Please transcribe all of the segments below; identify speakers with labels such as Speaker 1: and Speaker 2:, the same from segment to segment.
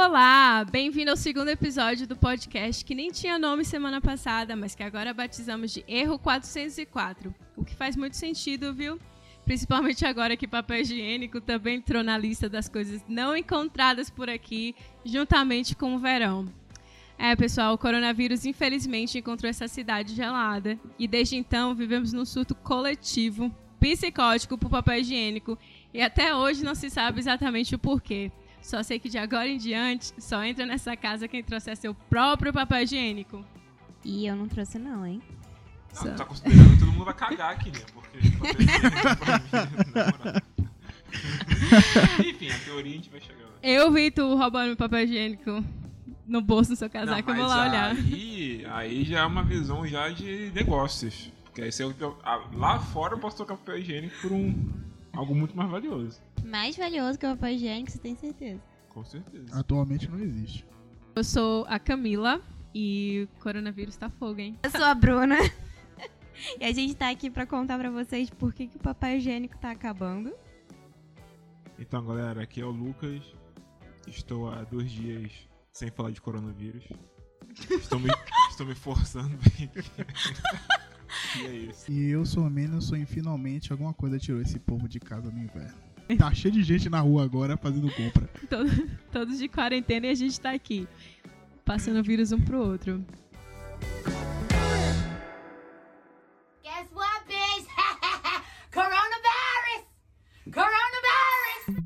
Speaker 1: Olá, bem-vindo ao segundo episódio do podcast que nem tinha nome semana passada, mas que agora batizamos de Erro 404, o que faz muito sentido, viu? Principalmente agora que papel higiênico também entrou na lista das coisas não encontradas por aqui, juntamente com o verão. Pessoal, o coronavírus infelizmente encontrou essa cidade gelada e desde então vivemos num surto coletivo, psicótico por papel higiênico e até hoje não se sabe exatamente o porquê. Só sei que de agora em diante só entra nessa casa quem trouxer seu próprio papel higiênico.
Speaker 2: E eu não trouxe não, hein?
Speaker 3: Não, tá considerando que todo mundo vai cagar aqui, né? Porque enfim, a teoria a gente vai chegar lá.
Speaker 1: Eu vi tu roubando meu papel higiênico no bolso do seu casaco, eu vou lá olhar.
Speaker 3: Aí já é uma visão já de negócios. Porque aí lá fora eu posso trocar papel higiênico por algo muito mais valioso.
Speaker 2: Mais valioso que o papel higiênico, você tem certeza?
Speaker 3: Com certeza.
Speaker 4: Atualmente não existe.
Speaker 1: Eu sou a Camila e o coronavírus tá fogo, hein?
Speaker 2: Eu sou a Bruna. E a gente tá aqui pra contar pra vocês por que o papel higiênico tá acabando.
Speaker 3: Então, galera, aqui é o Lucas. Estou há 2 dias sem falar de coronavírus. Estou me forçando bem aqui. E é isso.
Speaker 4: E eu sou a Menelson e finalmente alguma coisa tirou esse povo de casa no inverno. Tá cheio de gente na rua agora fazendo compra.
Speaker 1: Todos de quarentena e a gente tá aqui, passando vírus um pro outro.
Speaker 5: Guess what, bitch? Coronavirus! Coronavirus!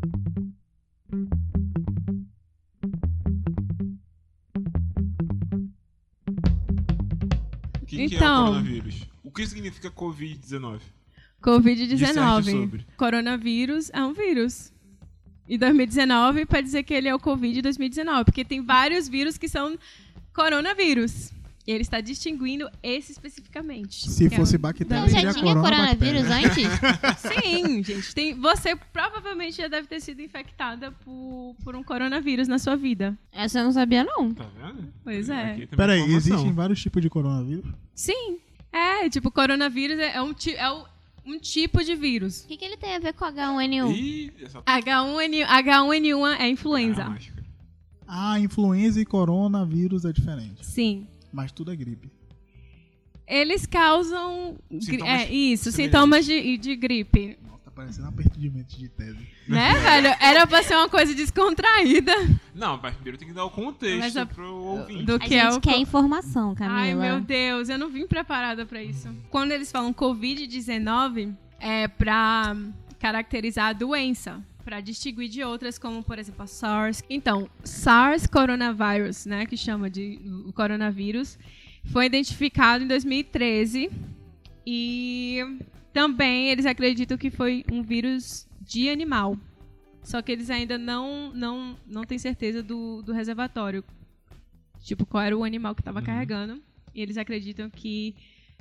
Speaker 3: O que é o coronavírus? O que significa Covid-19?
Speaker 1: Covid-19. Coronavírus é um vírus. E 2019 para dizer que ele é o Covid-2019, porque tem vários vírus que são coronavírus. E ele está distinguindo esse específicamente.
Speaker 4: Se fosse bactéria,
Speaker 2: Então já
Speaker 4: seria
Speaker 2: tinha coronavírus antes?
Speaker 1: Sim, gente. Você provavelmente já deve ter sido infectada por um coronavírus na sua vida.
Speaker 2: Essa eu não sabia, não.
Speaker 3: Tá vendo?
Speaker 1: Pois é.
Speaker 3: Aqui tem
Speaker 4: Peraí,
Speaker 3: informação.
Speaker 4: existem vários tipos de coronavírus?
Speaker 1: Sim. Coronavírus é um tipo de vírus.
Speaker 2: O que ele tem a ver com H1N1?
Speaker 3: Ih, essa
Speaker 1: H1N1 é influenza.
Speaker 3: máscara.
Speaker 4: Influenza e coronavírus é diferente.
Speaker 1: Sim.
Speaker 4: Mas tudo é gripe.
Speaker 1: Eles causam
Speaker 3: Sintomas
Speaker 1: sintomas de gripe.
Speaker 4: Nossa, tá parecendo um aperto de mente de tese.
Speaker 1: Né, velho? Era pra ser uma coisa descontraída.
Speaker 3: Não, mas primeiro tem que dar o contexto pro ouvinte.
Speaker 1: do
Speaker 2: A
Speaker 1: que é
Speaker 2: gente
Speaker 1: o
Speaker 2: quer informação, Camila.
Speaker 1: Ai, meu Deus, eu não vim preparada pra isso. Quando eles falam Covid-19, é pra caracterizar a doença, pra distinguir de outras, como, por exemplo, a SARS. Então, SARS coronavirus, né, que chama de o coronavírus, foi identificado em 2013 e também eles acreditam que foi um vírus de animal. Só que eles ainda não têm certeza do reservatório. Tipo, qual era o animal que estava carregando. E eles acreditam que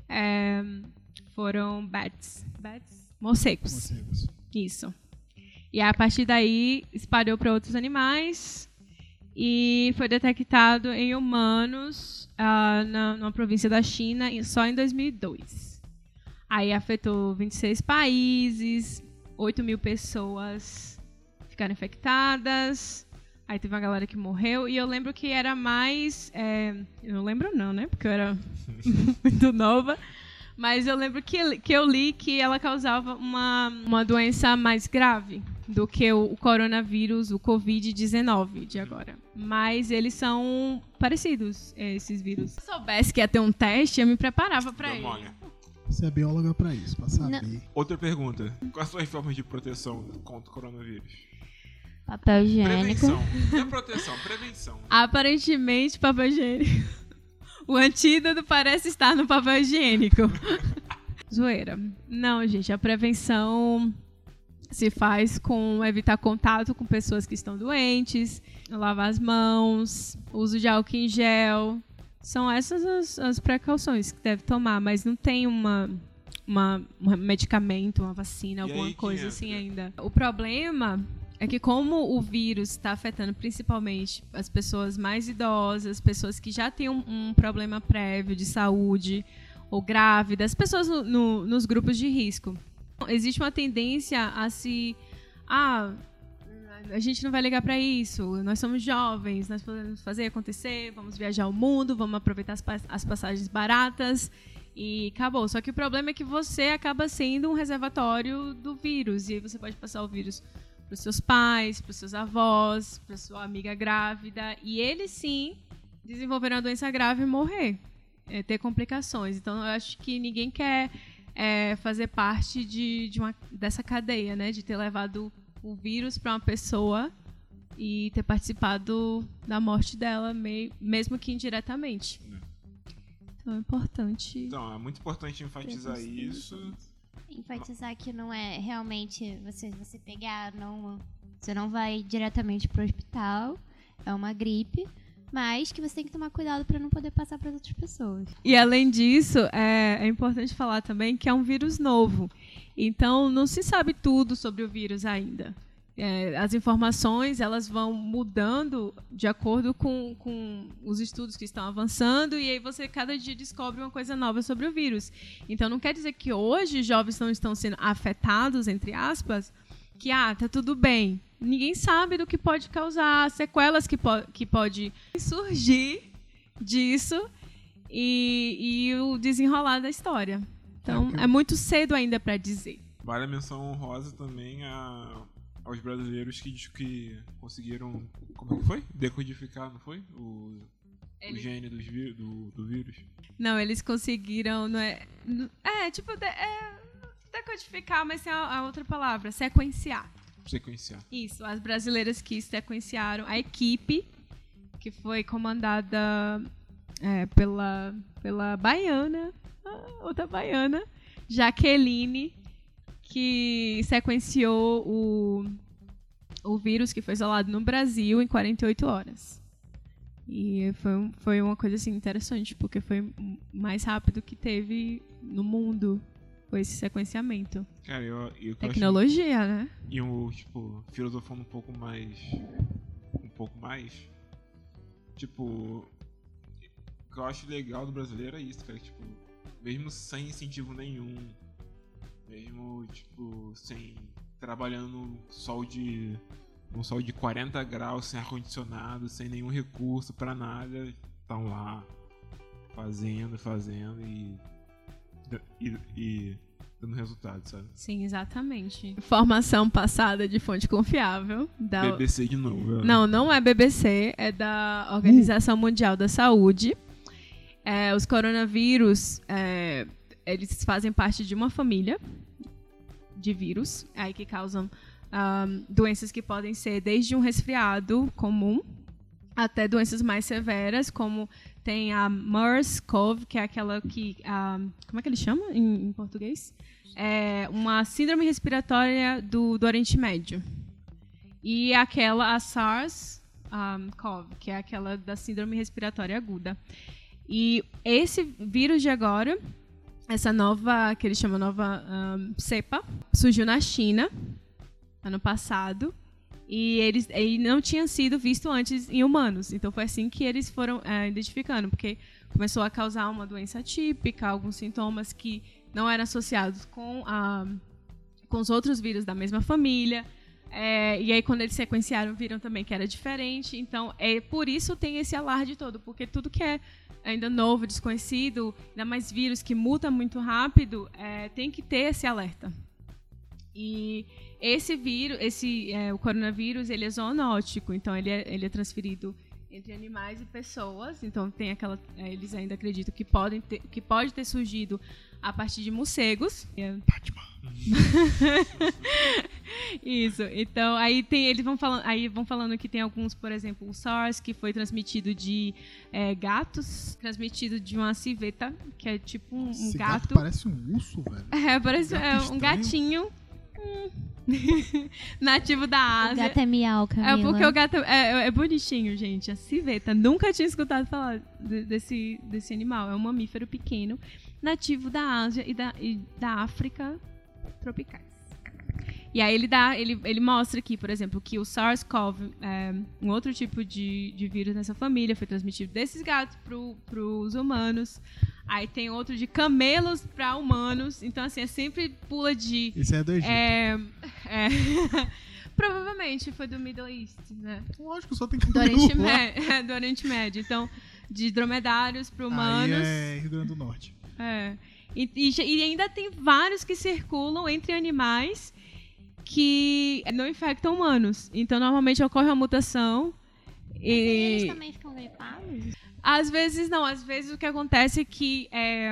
Speaker 1: foram morcegos. Isso. E a partir daí espalhou para outros animais e foi detectado em humanos na província da China só em 2002. Aí afetou 26 países, 8 mil pessoas ficaram infectadas. Aí teve uma galera que morreu. E eu lembro que era mais... eu não lembro não, né? Porque eu era muito nova. Mas eu lembro que eu li que ela causava uma doença mais grave do que o coronavírus, o Covid-19 de agora. Mas eles são parecidos, esses vírus. Se eu soubesse que ia ter um teste, eu me preparava pra ele.
Speaker 3: Olha.
Speaker 4: Você é bióloga pra isso, pra saber.
Speaker 2: Não.
Speaker 3: Outra pergunta. Quais são as formas de proteção contra o coronavírus?
Speaker 2: Papel higiênico.
Speaker 3: Prevenção. Não é proteção, prevenção.
Speaker 1: Aparentemente, papel higiênico. O antídoto parece estar no papel higiênico. Zoeira. Não, gente, a prevenção se faz com evitar contato com pessoas que estão doentes, lavar as mãos, uso de álcool em gel. São essas as precauções que deve tomar, mas não tem um medicamento, uma vacina, alguma coisa assim ainda. O problema é que como o vírus está afetando principalmente as pessoas mais idosas, pessoas que já têm um problema prévio de saúde ou grávidas, pessoas nos grupos de risco. Existe uma tendência a a gente não vai ligar para isso, nós somos jovens, nós podemos fazer acontecer, vamos viajar o mundo, vamos aproveitar as passagens baratas e acabou. Só que o problema é que você acaba sendo um reservatório do vírus e aí você pode passar o vírus para os seus pais, para os seus avós, para sua amiga grávida e eles sim desenvolverem uma doença grave e morrer, ter complicações. Então eu acho que ninguém quer fazer parte dessa cadeia, né, de ter levado o vírus para uma pessoa e ter participado da morte dela, mesmo que indiretamente. Então é importante.
Speaker 3: Então, é muito importante enfatizar isso.
Speaker 2: Enfatizar que não é realmente você pegar, você não vai diretamente pro hospital, é uma gripe, mas que você tem que tomar cuidado para não poder passar para outras pessoas.
Speaker 1: E além disso, é importante falar também que é um vírus novo. Então, não se sabe tudo sobre o vírus ainda. As informações elas vão mudando de acordo com os estudos que estão avançando e aí você cada dia descobre uma coisa nova sobre o vírus. Então, não quer dizer que hoje jovens não estão sendo afetados, entre aspas, que tá tudo bem. Ninguém sabe do que pode causar, sequelas que pode surgir disso e o desenrolar da história. Então, é muito cedo ainda para dizer.
Speaker 3: Vale a menção honrosa também aos brasileiros que conseguiram, como é que foi? Decodificar, não foi? O gene do vírus.
Speaker 1: Não, eles conseguiram, decodificar, mas tem a outra palavra, sequenciar. Isso, as brasileiras que sequenciaram a equipe, que foi comandada pela baiana, outra baiana, Jaqueline, que sequenciou o vírus que foi isolado no Brasil em 48 horas. E foi uma coisa assim, interessante, porque foi o mais rápido que teve no mundo, foi esse sequenciamento.
Speaker 3: Cara, eu
Speaker 1: tecnologia,
Speaker 3: acho,
Speaker 1: né?
Speaker 3: E filosofando um pouco mais, tipo, o que eu acho legal do brasileiro é isso, cara, tipo, mesmo sem incentivo nenhum, mesmo, tipo, trabalhando num sol de 40 graus, sem ar-condicionado, sem nenhum recurso pra nada, estão lá fazendo e dando resultado, sabe?
Speaker 1: Sim, exatamente. Informação passada de fonte confiável.
Speaker 3: BBC de novo.
Speaker 1: Não é BBC, é da Organização Mundial da Saúde. Os coronavírus, eles fazem parte de uma família de vírus aí que causam doenças que podem ser desde um resfriado comum até doenças mais severas, como tem a MERS-CoV, que é aquela que... como é que ele chama em português? É uma síndrome respiratória do Oriente Médio. E a SARS-CoV, que é aquela da síndrome respiratória aguda. E esse vírus de agora, essa nova, que eles chamam nova cepa, surgiu na China, ano passado, e ele não tinha sido visto antes em humanos. Então foi assim que eles foram identificando, porque começou a causar uma doença atípica, alguns sintomas que não eram associados com os outros vírus da mesma família. E aí quando eles sequenciaram, viram também que era diferente. Então, por isso tem esse alarde todo, porque tudo que é ainda novo, desconhecido, ainda mais vírus que muta muito rápido, tem que ter esse alerta. E esse vírus, o coronavírus, ele é zoonótico, então ele é transferido entre animais e pessoas. Então tem eles ainda acreditam que pode ter surgido a partir de morcegos. Isso. Então aí eles vão falando que tem alguns, por exemplo, o SARS, que foi transmitido de gatos, transmitido de uma civeta, que é tipo um
Speaker 4: Esse
Speaker 1: gato.
Speaker 4: Parece um urso, velho.
Speaker 1: Parece um gatinho. Nativo da Ásia.
Speaker 2: O gato é miau, Camila.
Speaker 1: Porque o gato é bonitinho, gente. A civeta. Nunca tinha escutado falar desse animal. É um mamífero pequeno, nativo da Ásia e da África tropicais. E aí ele mostra aqui, por exemplo, que o SARS-CoV é um outro tipo de vírus nessa família, foi transmitido desses gatos para os humanos. Aí tem outro de camelos para humanos. Então, assim, sempre pula de...
Speaker 4: Isso é do Egito.
Speaker 1: provavelmente foi do Middle East, né?
Speaker 4: Lógico, só tem
Speaker 1: Do
Speaker 4: camelo
Speaker 1: Oriente,
Speaker 4: lá.
Speaker 1: do Oriente Médio. Então, de dromedários para humanos.
Speaker 4: Aí é Rio Grande do Norte.
Speaker 1: E ainda tem vários que circulam entre animais que não infectam humanos. Então, normalmente ocorre uma mutação.
Speaker 2: E eles também ficam gripados?
Speaker 1: Às vezes não. Às vezes o que acontece é que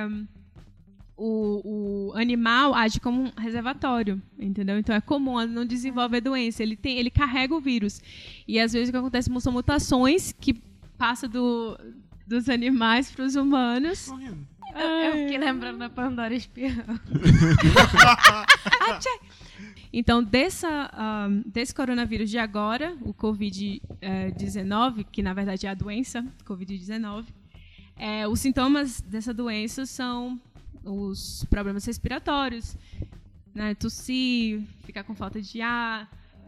Speaker 1: o animal age como um reservatório, entendeu? Então é comum, não desenvolve a doença. Ele carrega o vírus. E às vezes o que acontece são mutações que passam dos animais para os humanos.
Speaker 3: Correndo.
Speaker 2: Eu fiquei lembrando da Pandora espirrando.
Speaker 1: Então, desse coronavírus de agora, o Covid-19, que na verdade é a doença, Covid-19, os sintomas dessa doença são os problemas respiratórios, né? Tossir, ficar com falta de ar,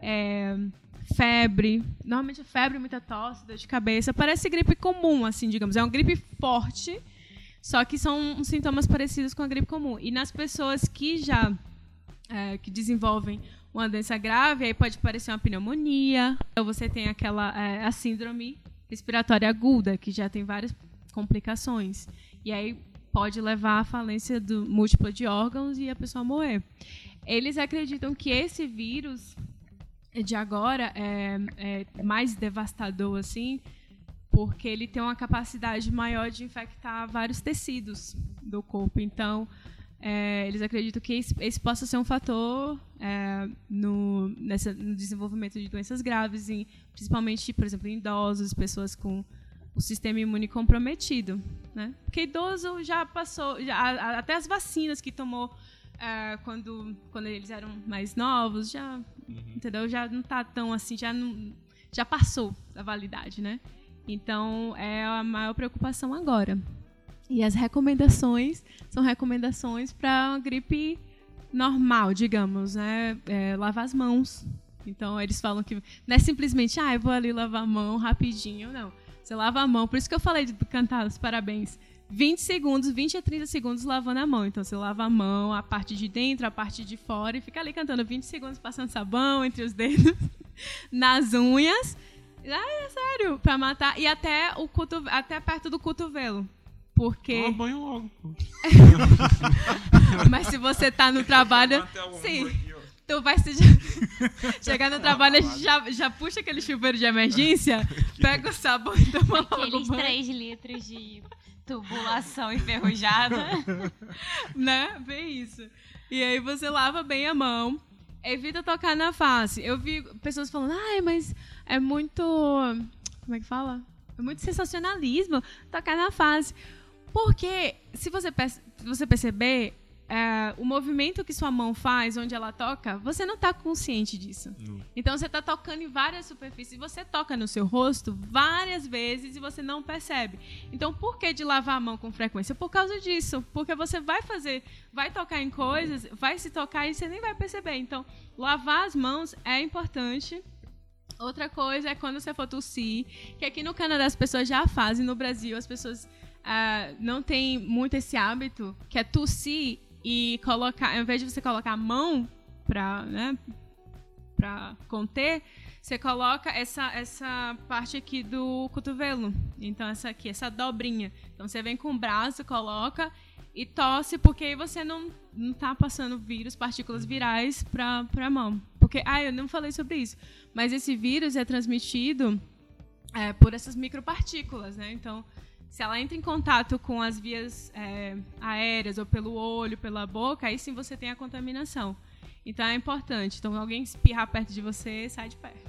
Speaker 1: febre. Normalmente a febre, muita tosse, dor de cabeça. Parece gripe comum, assim, digamos. É uma gripe forte, só que são sintomas parecidos com a gripe comum. E nas pessoas que já que desenvolvem uma doença grave, aí pode parecer uma pneumonia, ou você tem a síndrome respiratória aguda, que já tem várias complicações. E aí pode levar à falência múltipla de órgãos e a pessoa morrer. Eles acreditam que esse vírus de agora é mais devastador, assim, porque ele tem uma capacidade maior de infectar vários tecidos do corpo. Então, eles acreditam que esse possa ser um fator no desenvolvimento de doenças graves, principalmente, por exemplo, em idosos, pessoas com o sistema imune comprometido, né? Porque idoso já passou, até as vacinas que tomou quando eles eram mais novos, entendeu? Já não está tão assim, já passou a validade, né? Então, é a maior preocupação agora. E as recomendações são recomendações para uma gripe normal, digamos, né? Lavar as mãos. Então, eles falam que não é simplesmente, eu vou ali lavar a mão rapidinho, não. Você lava a mão, por isso que eu falei de cantar os parabéns. 20 a 30 segundos lavando a mão. Então, você lava a mão, a parte de dentro, a parte de fora, e fica ali cantando 20 segundos, passando sabão entre os dedos, nas unhas. É sério, pra matar. E até perto do cotovelo. Porque...
Speaker 3: Toma banho logo, pô.
Speaker 1: Mas se você tá no trabalho... Sim. Tu vai chegar no trabalho, já puxa aquele chuveiro de emergência, pega o sabão e toma logo
Speaker 2: Aqueles 3 litros de tubulação enferrujada.
Speaker 1: Né? Bem isso. E aí você lava bem a mão, evita tocar na face. Eu vi pessoas falando, mas é muito... Como é que fala? É muito sensacionalismo tocar na face. Porque, se você perceber... o movimento que sua mão faz, onde ela toca, você não está consciente disso. Não. Então, você está tocando em várias superfícies. Você toca no seu rosto várias vezes e você não percebe. Então, por que de lavar a mão com frequência? Por causa disso. Porque você vai tocar em coisas, vai se tocar e você nem vai perceber. Então, lavar as mãos é importante. Outra coisa é quando você for tossir, que aqui no Canadá as pessoas já fazem, no Brasil as pessoas não têm muito esse hábito, que é tossir e colocar, ao invés de você colocar a mão para conter, você coloca essa parte aqui do cotovelo. Então, essa dobrinha. Então, você vem com o braço, coloca e tosse, porque aí você não tá passando vírus, partículas virais para a mão. Porque, eu não falei sobre isso, mas esse vírus é transmitido por essas micropartículas, né? Então, se ela entra em contato com as vias aéreas, ou pelo olho, pela boca, aí sim você tem a contaminação. Então é importante. Então, alguém espirrar perto de você, sai de perto.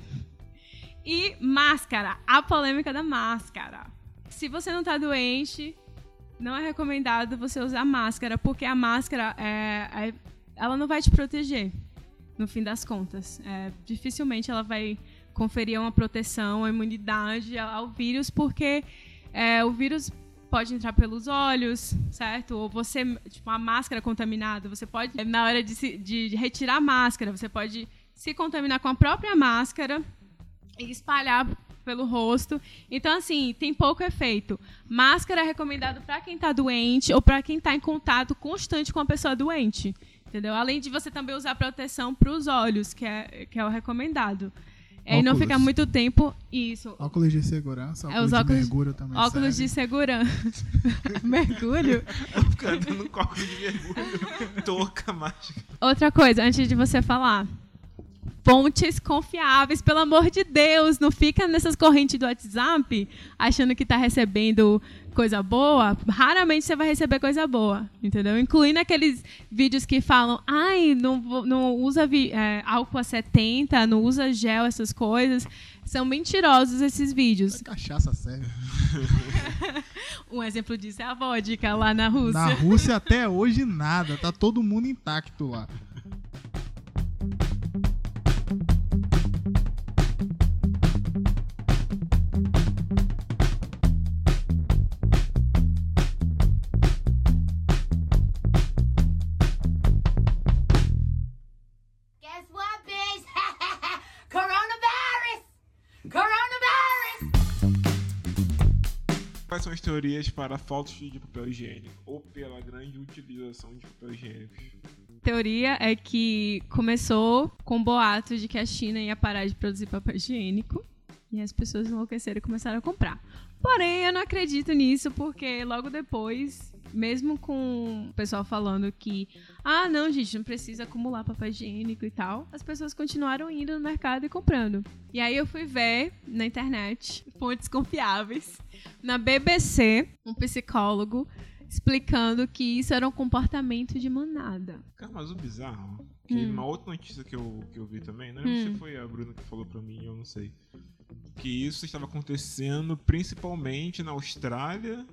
Speaker 1: E máscara. A polêmica da máscara. Se você não está doente, não é recomendado você usar máscara, porque a máscara, ela não vai te proteger, no fim das contas. Dificilmente ela vai conferir uma proteção, uma imunidade ao vírus, porque... o vírus pode entrar pelos olhos, certo? Ou você, a máscara contaminada, você pode, na hora de retirar a máscara, você pode se contaminar com a própria máscara e espalhar pelo rosto. Então, assim, tem pouco efeito. Máscara é recomendado para quem está doente ou para quem está em contato constante com a pessoa doente. entendeu? Além de você também usar proteção para os olhos, que é o recomendado. E não ficar muito tempo... Isso.
Speaker 4: Óculos de segurança,
Speaker 1: os
Speaker 4: óculos de mergulho também
Speaker 1: óculos
Speaker 4: serve.
Speaker 1: de segurança. Mergulho?
Speaker 3: O cara dando óculos de mergulho. Touca mágica.
Speaker 1: Outra coisa, antes de você falar. Fontes confiáveis, pelo amor de Deus. Não fica nessas correntes do WhatsApp achando que tá recebendo coisa boa. Raramente você vai receber coisa boa, entendeu? Incluindo aqueles vídeos que falam não usa álcool a 70, não usa gel, essas coisas. São mentirosos esses vídeos.
Speaker 4: A cachaça serve.
Speaker 1: Um exemplo disso é a vodka lá na Rússia.
Speaker 4: Na Rússia até hoje nada, tá todo mundo intacto lá.
Speaker 5: Guess what, bitch? Coronavirus! Coronavirus!
Speaker 3: Quais são as teorias para a falta de papel higiênico? Ou pela grande utilização de papel higiênico?
Speaker 1: A teoria é que começou com boatos de que a China ia parar de produzir papel higiênico e as pessoas enlouqueceram e começaram a comprar. Porém, eu não acredito nisso porque logo depois, mesmo com o pessoal falando que não, gente, não precisa acumular papel higiênico e tal, as pessoas continuaram indo no mercado e comprando. E aí eu fui ver na internet, fontes confiáveis, na BBC, um psicólogo explicando que isso era um comportamento de manada.
Speaker 3: Cara, mas o bizarro, que uma outra notícia que eu vi também, não lembro se foi a Bruna que falou pra mim, eu não sei, que isso estava acontecendo principalmente na Austrália,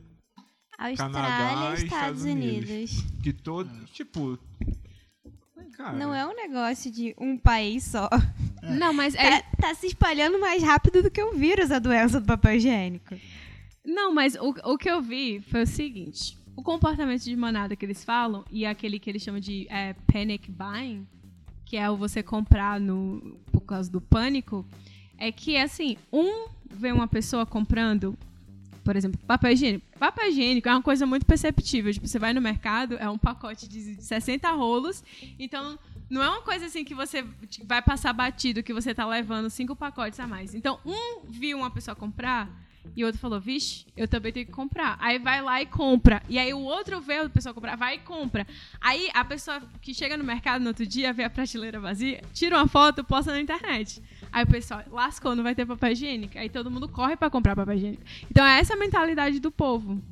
Speaker 3: Canadá e Estados Unidos. Que todo, tipo... Cara,
Speaker 6: Não é um negócio de um país só.
Speaker 1: Não, mas
Speaker 6: Tá se espalhando mais rápido do que o vírus, a doença do papel higiênico.
Speaker 1: Não, mas o que eu vi foi o seguinte. O comportamento de manada que eles falam, e aquele que eles chamam de panic buying, que é o você comprar por causa do pânico, é que, assim, vê uma pessoa comprando, por exemplo, papel higiênico. Papel higiênico é uma coisa muito perceptível. Tipo, você vai no mercado, é um pacote de 60 rolos, então não é uma coisa assim que você vai passar batido, que você tá levando 5 pacotes a mais. Então, viu uma pessoa comprar, e o outro falou, vixe, eu também tenho que comprar. Aí vai lá e compra. E aí o outro vê a pessoa comprar, vai e compra. Aí a pessoa que chega no mercado no outro dia, vê a prateleira vazia, tira uma foto, posta na internet. Aí o pessoal, lascou, não vai ter papel higiênico. Aí todo mundo corre pra comprar papel higiênico. Então é essa a mentalidade do povo.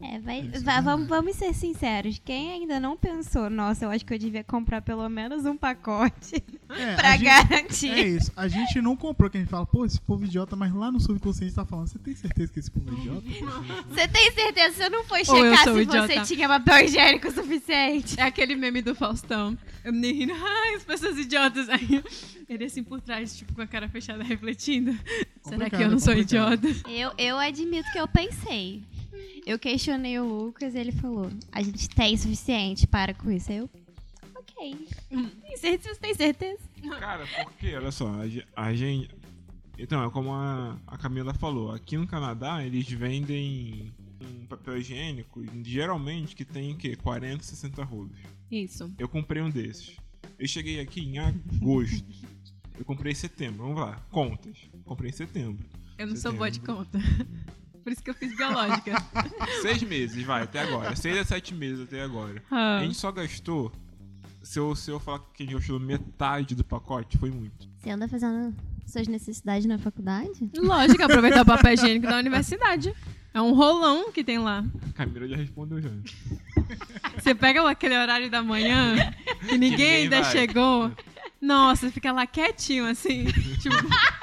Speaker 6: Vamos ser sinceros. Quem ainda não pensou, nossa, eu acho que eu devia comprar pelo menos um pacote pra garantir.
Speaker 4: É isso. A gente não comprou, que a gente fala, pô, esse povo idiota, mas lá no subconsciente tá falando, você tem certeza que esse povo é idiota?
Speaker 6: Você tem certeza que você não foi
Speaker 1: Ou eu
Speaker 6: checar
Speaker 1: sou
Speaker 6: se
Speaker 1: idiota.
Speaker 6: você tinha papel higiênico suficiente?
Speaker 1: É aquele meme do Faustão. Eu me rindo, as pessoas idiotas. Aí ele assim por trás, tipo, com a cara fechada, refletindo. Será que eu não sou idiota?
Speaker 6: Eu admito que eu pensei. Eu questionei o Lucas e ele falou, a gente tem suficiente, para com isso. Aí eu, ok. Você tem certeza?
Speaker 3: Cara, porque, olha só, a gente... Então, é como a Camila falou, aqui no Canadá eles vendem um papel higiênico, geralmente que tem, 40, 60 rolos.
Speaker 1: Isso.
Speaker 3: Eu comprei um desses. Eu cheguei aqui em agosto. Eu comprei em setembro, vamos lá, contas. Comprei em setembro.
Speaker 1: Eu não sou boa de conta. Por isso que eu fiz biológica.
Speaker 3: 6 meses, vai, até agora. 6 a 7 meses até agora. A gente só gastou... Se eu falar que a gente gastou metade do pacote, foi muito.
Speaker 2: Você anda fazendo suas necessidades na faculdade?
Speaker 1: Lógico, aproveitar o papel higiênico da universidade. É um rolão que tem lá.
Speaker 3: A Camila já respondeu já.
Speaker 1: Você pega aquele horário da manhã que ninguém ainda
Speaker 3: vai.
Speaker 1: chegou. Nossa, fica lá quietinho, assim. Tipo,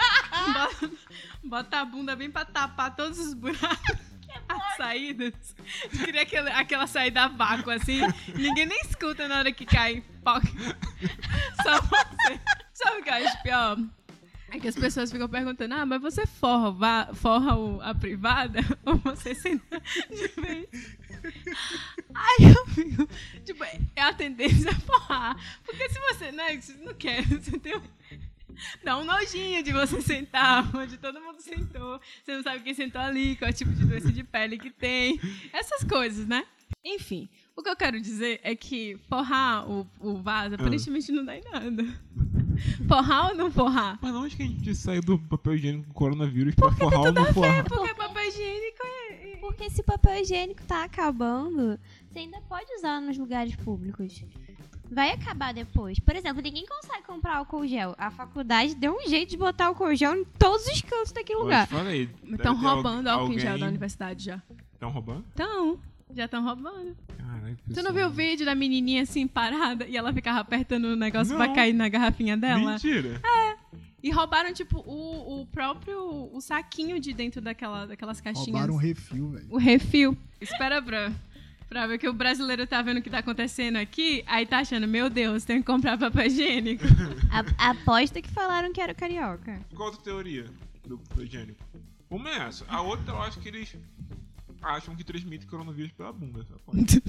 Speaker 1: bota a bunda bem pra tapar todos os buracos. As saídas. Queria aquela saída a vácuo, assim. Ninguém nem escuta na hora que cai. Só você. Sabe o que eu acho pior? É que as pessoas ficam perguntando, mas você forra a privada ou você senta de vez? Aí eu fico, tipo, é a tendência a forrar. Porque se você, né, você não quer, você tem dá um nojinho de você sentar onde todo mundo sentou. Você não sabe quem sentou ali, qual é o tipo de doença de pele que tem. Essas coisas, né? Enfim, O que eu quero dizer é que forrar o vaso aparentemente não dá em nada. Forrar ou não forrar?
Speaker 3: Mas onde que a gente saiu do papel higiênico com coronavírus pra forrar ou não forrar?
Speaker 1: Porque papel higiênico
Speaker 6: Porque se o papel higiênico tá acabando, você ainda pode usar nos lugares públicos. Vai acabar depois. Por exemplo, ninguém consegue comprar álcool gel. A faculdade deu um jeito de botar álcool gel em todos os cantos daquele lugar.
Speaker 3: Falei,
Speaker 1: Estão roubando álcool em gel da universidade já.
Speaker 3: Estão roubando?
Speaker 1: Já estão roubando.
Speaker 3: Caralho,
Speaker 1: Tu não viu o vídeo da menininha assim parada e ela ficava apertando o negócio
Speaker 3: Não.
Speaker 1: pra cair na garrafinha dela?
Speaker 3: Mentira.
Speaker 1: E roubaram, tipo, o próprio saquinho de dentro daquelas caixinhas.
Speaker 4: Roubaram um refil, velho.
Speaker 1: O refil. Espera pra ver que o brasileiro tá vendo o que tá acontecendo aqui, aí tá achando, meu Deus, tem que comprar papel higiênico.
Speaker 6: Aposta que falaram que era o carioca.
Speaker 3: Qual a outra teoria do papel higiênico? Uma é essa. A outra eu acho que eles acham que transmite coronavírus pela bunda. Só pode.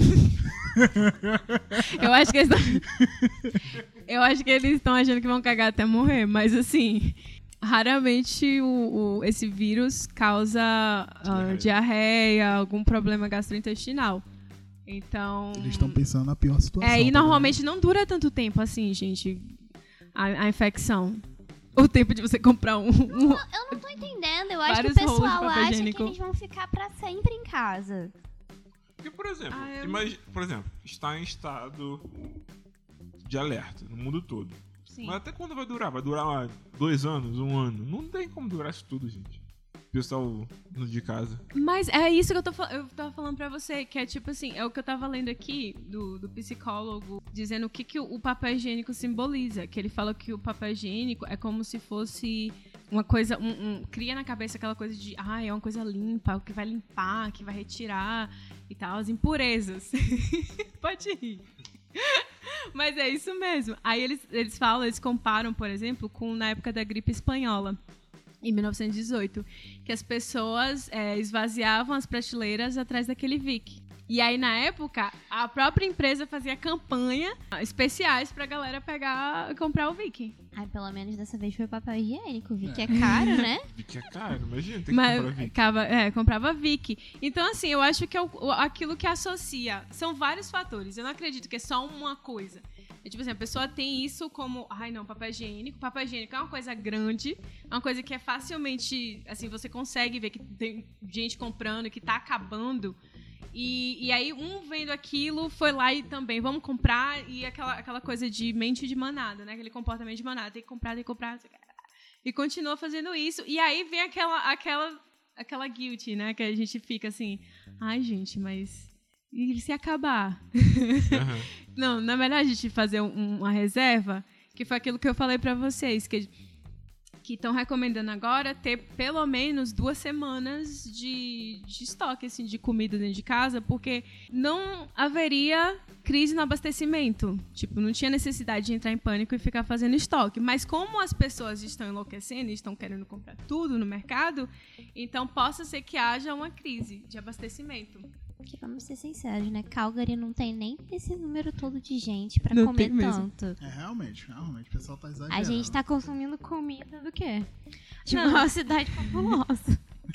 Speaker 1: Eu acho que eles estão achando que vão cagar até morrer, mas assim, raramente esse vírus causa diarreia, algum problema gastrointestinal. Então.
Speaker 4: Eles estão pensando na pior situação.
Speaker 1: E normalmente não dura tanto tempo assim, gente, a infecção. O tempo de você comprar
Speaker 6: Eu não tô entendendo. Eu acho que o
Speaker 1: Vários rolos de
Speaker 6: pessoal
Speaker 1: papel
Speaker 6: acha
Speaker 1: higiênico.
Speaker 6: que eles vão ficar pra sempre em casa.
Speaker 3: Porque, por exemplo, está em estado de alerta no mundo todo.
Speaker 1: Sim.
Speaker 3: Mas até quando vai durar? Vai durar 2 anos, 1 ano? Não tem como durar isso tudo, gente. Pessoal de casa.
Speaker 1: Mas é isso que eu tava falando pra você, que é tipo assim, é o que eu tava lendo aqui do psicólogo, dizendo o que o papel higiênico simboliza, que ele fala que o papel higiênico é como se fosse uma coisa, cria na cabeça aquela coisa de, é uma coisa limpa, o que vai limpar, que vai retirar e tal, as impurezas. Pode rir. Mas é isso mesmo. Aí eles comparam, por exemplo, com na época da gripe espanhola. Em 1918, que as pessoas esvaziavam as prateleiras atrás daquele Vic. E aí, na época, a própria empresa fazia campanha especiais pra galera pegar e comprar o Vic.
Speaker 6: Pelo menos dessa vez foi papel higiênico. Vic é caro, né?
Speaker 3: Vic é caro, imagina, tem que comprar Vic.
Speaker 1: Comprava Vic. Então, assim, eu acho que é aquilo que associa. São vários fatores. Eu não acredito que é só uma coisa. É tipo assim, a pessoa tem isso como, papel higiênico. Papel higiênico é uma coisa grande, é uma coisa que é facilmente, assim, você consegue ver que tem gente comprando, que tá acabando. E aí, vendo aquilo, foi lá e também, vamos comprar, e aquela coisa de mente de manada, né? Aquele comportamento de manada, tem que comprar. E continua fazendo isso. E aí vem aquela guilty, né? Que a gente fica assim, gente, mas... E se acabar? Não, na verdade, a gente fazer uma reserva, que foi aquilo que eu falei pra vocês, que estão recomendando agora ter pelo menos 2 semanas de estoque, assim, de comida dentro de casa, porque não haveria crise no abastecimento. Tipo, não tinha necessidade de entrar em pânico e ficar fazendo estoque. Mas como as pessoas estão enlouquecendo e estão querendo comprar tudo no mercado, então possa ser que haja uma crise de abastecimento.
Speaker 6: Porque, vamos ser sinceros, né? Calgary não tem nem esse número todo de gente pra
Speaker 1: Não
Speaker 6: comer
Speaker 1: tem mesmo.
Speaker 6: tanto.
Speaker 4: Realmente, o pessoal tá exagerando.
Speaker 6: A gente tá consumindo comida do quê? De uma cidade populosa.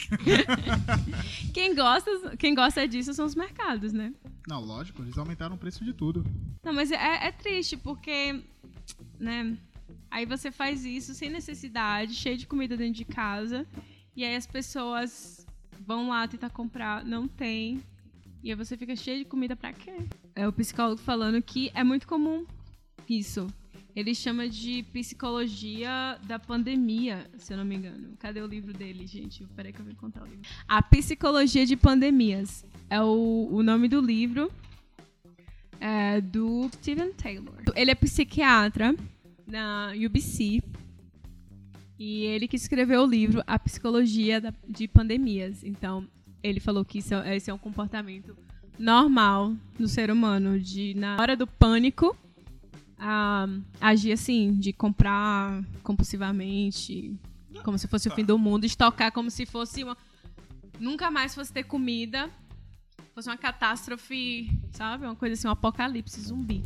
Speaker 1: Quem gosta disso são os mercados, né?
Speaker 4: Não, lógico, eles aumentaram o preço de tudo.
Speaker 1: Não, mas é triste, porque, né, aí você faz isso sem necessidade, cheio de comida dentro de casa, e aí as pessoas vão lá tentar comprar, não tem, e aí você fica cheio de comida pra quê? É o psicólogo falando que é muito comum isso. Ele chama de psicologia da pandemia, se eu não me engano. Cadê o livro dele, gente? Peraí que eu vou encontrar o livro. A Psicologia de Pandemias. É o nome do livro. É do Steven Taylor. Ele é psiquiatra na UBC. E ele que escreveu o livro A Psicologia de Pandemias. Então, ele falou que esse é um comportamento normal no ser humano. De, na hora do pânico, agir assim, de comprar compulsivamente, como se fosse o fim do mundo, estocar como se fosse nunca mais fosse ter comida, fosse uma catástrofe, sabe? Uma coisa assim, um apocalipse zumbi.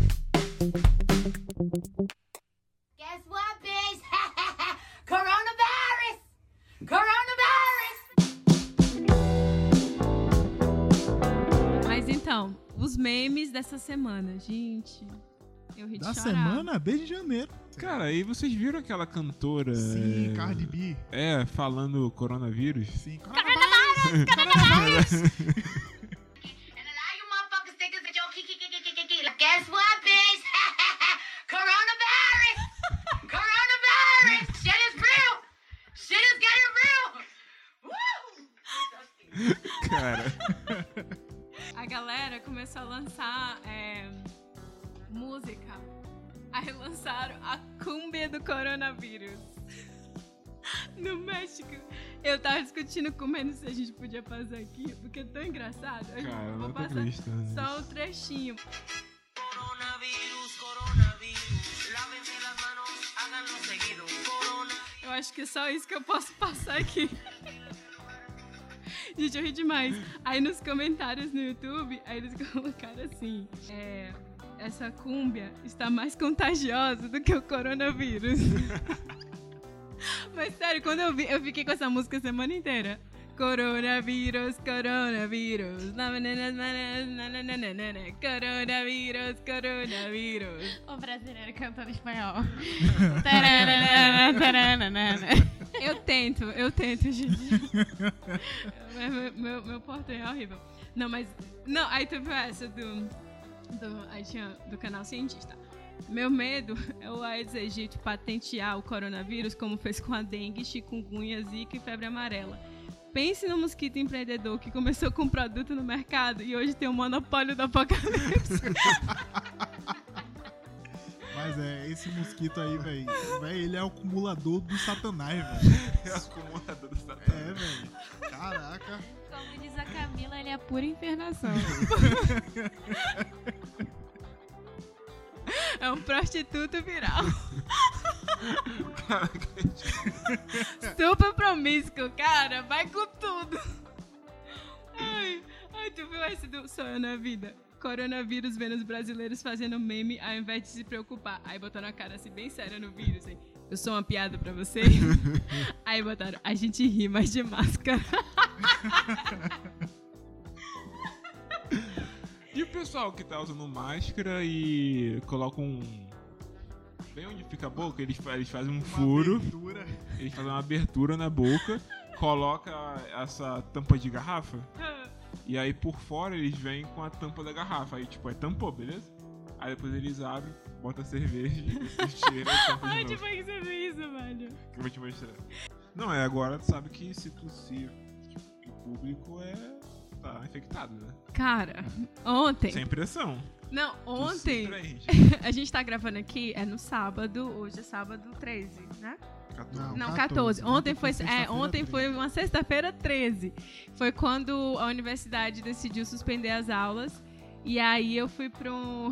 Speaker 5: Guess what, bitch? Coronavirus!
Speaker 1: dessa semana, gente. Eu ri de
Speaker 4: Da
Speaker 1: chorar.
Speaker 4: semana? Desde janeiro.
Speaker 3: Cara, aí vocês viram aquela cantora...
Speaker 4: Sim, Cardi B.
Speaker 3: falando coronavírus?
Speaker 4: Sim,
Speaker 5: And a lot of you motherfuckers think it's a joke. Guess what, bitch? Coronavirus! Coronavirus! Shit is real! Shit is getting real! Woo!
Speaker 3: Cara,
Speaker 1: A galera começou a lançar música. Aí lançaram a cúmbia do coronavírus. No México. Eu tava discutindo com o Menos se a gente podia passar aqui, porque é tão engraçado. Eu
Speaker 3: cara, eu
Speaker 1: vou
Speaker 3: não tô
Speaker 1: passar
Speaker 3: acreditando.
Speaker 1: só o trechinho.
Speaker 7: Coronavirus, coronavirus, lávense las manos, háganlo seguido.
Speaker 1: Eu acho que é só isso que eu posso passar aqui. Gente, eu ri demais. Aí nos comentários no YouTube, aí eles colocaram assim: essa cúmbia está mais contagiosa do que o coronavírus. Mas sério, quando eu vi, eu fiquei com essa música a semana inteira. Coronavírus, coronavírus. Coronavírus, coronavírus.
Speaker 6: O brasileiro cantando espanhol.
Speaker 1: Eu tento, gente. Meu português é horrível. Não, mas. Não, aí tu viu essa aí tinha do canal Cientista. Meu medo é o Aedes aegypti patentear o coronavírus, como fez com a dengue, chikungunya, zika e febre amarela. Pense no mosquito empreendedor que começou com um produto no mercado e hoje tem o monopólio do apocalipse.
Speaker 4: Mas esse mosquito aí, velho. Ele é o acumulador do satanás, velho.
Speaker 3: É o acumulador do Satanás.
Speaker 4: É, velho. Caraca.
Speaker 6: Como diz a Camila, ele é pura enfernação.
Speaker 1: É um prostituto viral. Super promíscuo, cara. Vai com tudo. Ai, tu viu esse do Sonho na Vida? Coronavírus vendo os brasileiros fazendo meme ao invés de se preocupar. Aí botaram a cara assim bem séria no vírus, hein? Eu sou uma piada pra você? Aí botaram, a gente ri, mas de máscara.
Speaker 3: E o pessoal que tá usando máscara e coloca bem onde fica a boca, eles fazem um furo,
Speaker 4: Abertura.
Speaker 3: eles fazem uma abertura na boca, coloca essa tampa de garrafa, e aí por fora eles vêm com a tampa da garrafa. Aí tipo, tampou, beleza? Aí depois eles abrem, botam a cerveja e depois tiram a tampa de
Speaker 1: Onde
Speaker 3: novo.
Speaker 1: foi que você viu isso, velho?
Speaker 3: Que eu vou te mostrar. Não, agora tu sabe que se tossir em público tá infectado, né?
Speaker 1: Cara, ontem...
Speaker 3: Sem pressão.
Speaker 1: Não, ontem...
Speaker 3: Tossir,
Speaker 1: A gente tá gravando aqui, no sábado, hoje é sábado 13, né?
Speaker 3: 14.
Speaker 1: Não, 14. Ontem foi
Speaker 4: sexta-feira
Speaker 1: foi uma sexta-feira 13. Foi quando a universidade decidiu suspender as aulas. E aí eu fui pra um...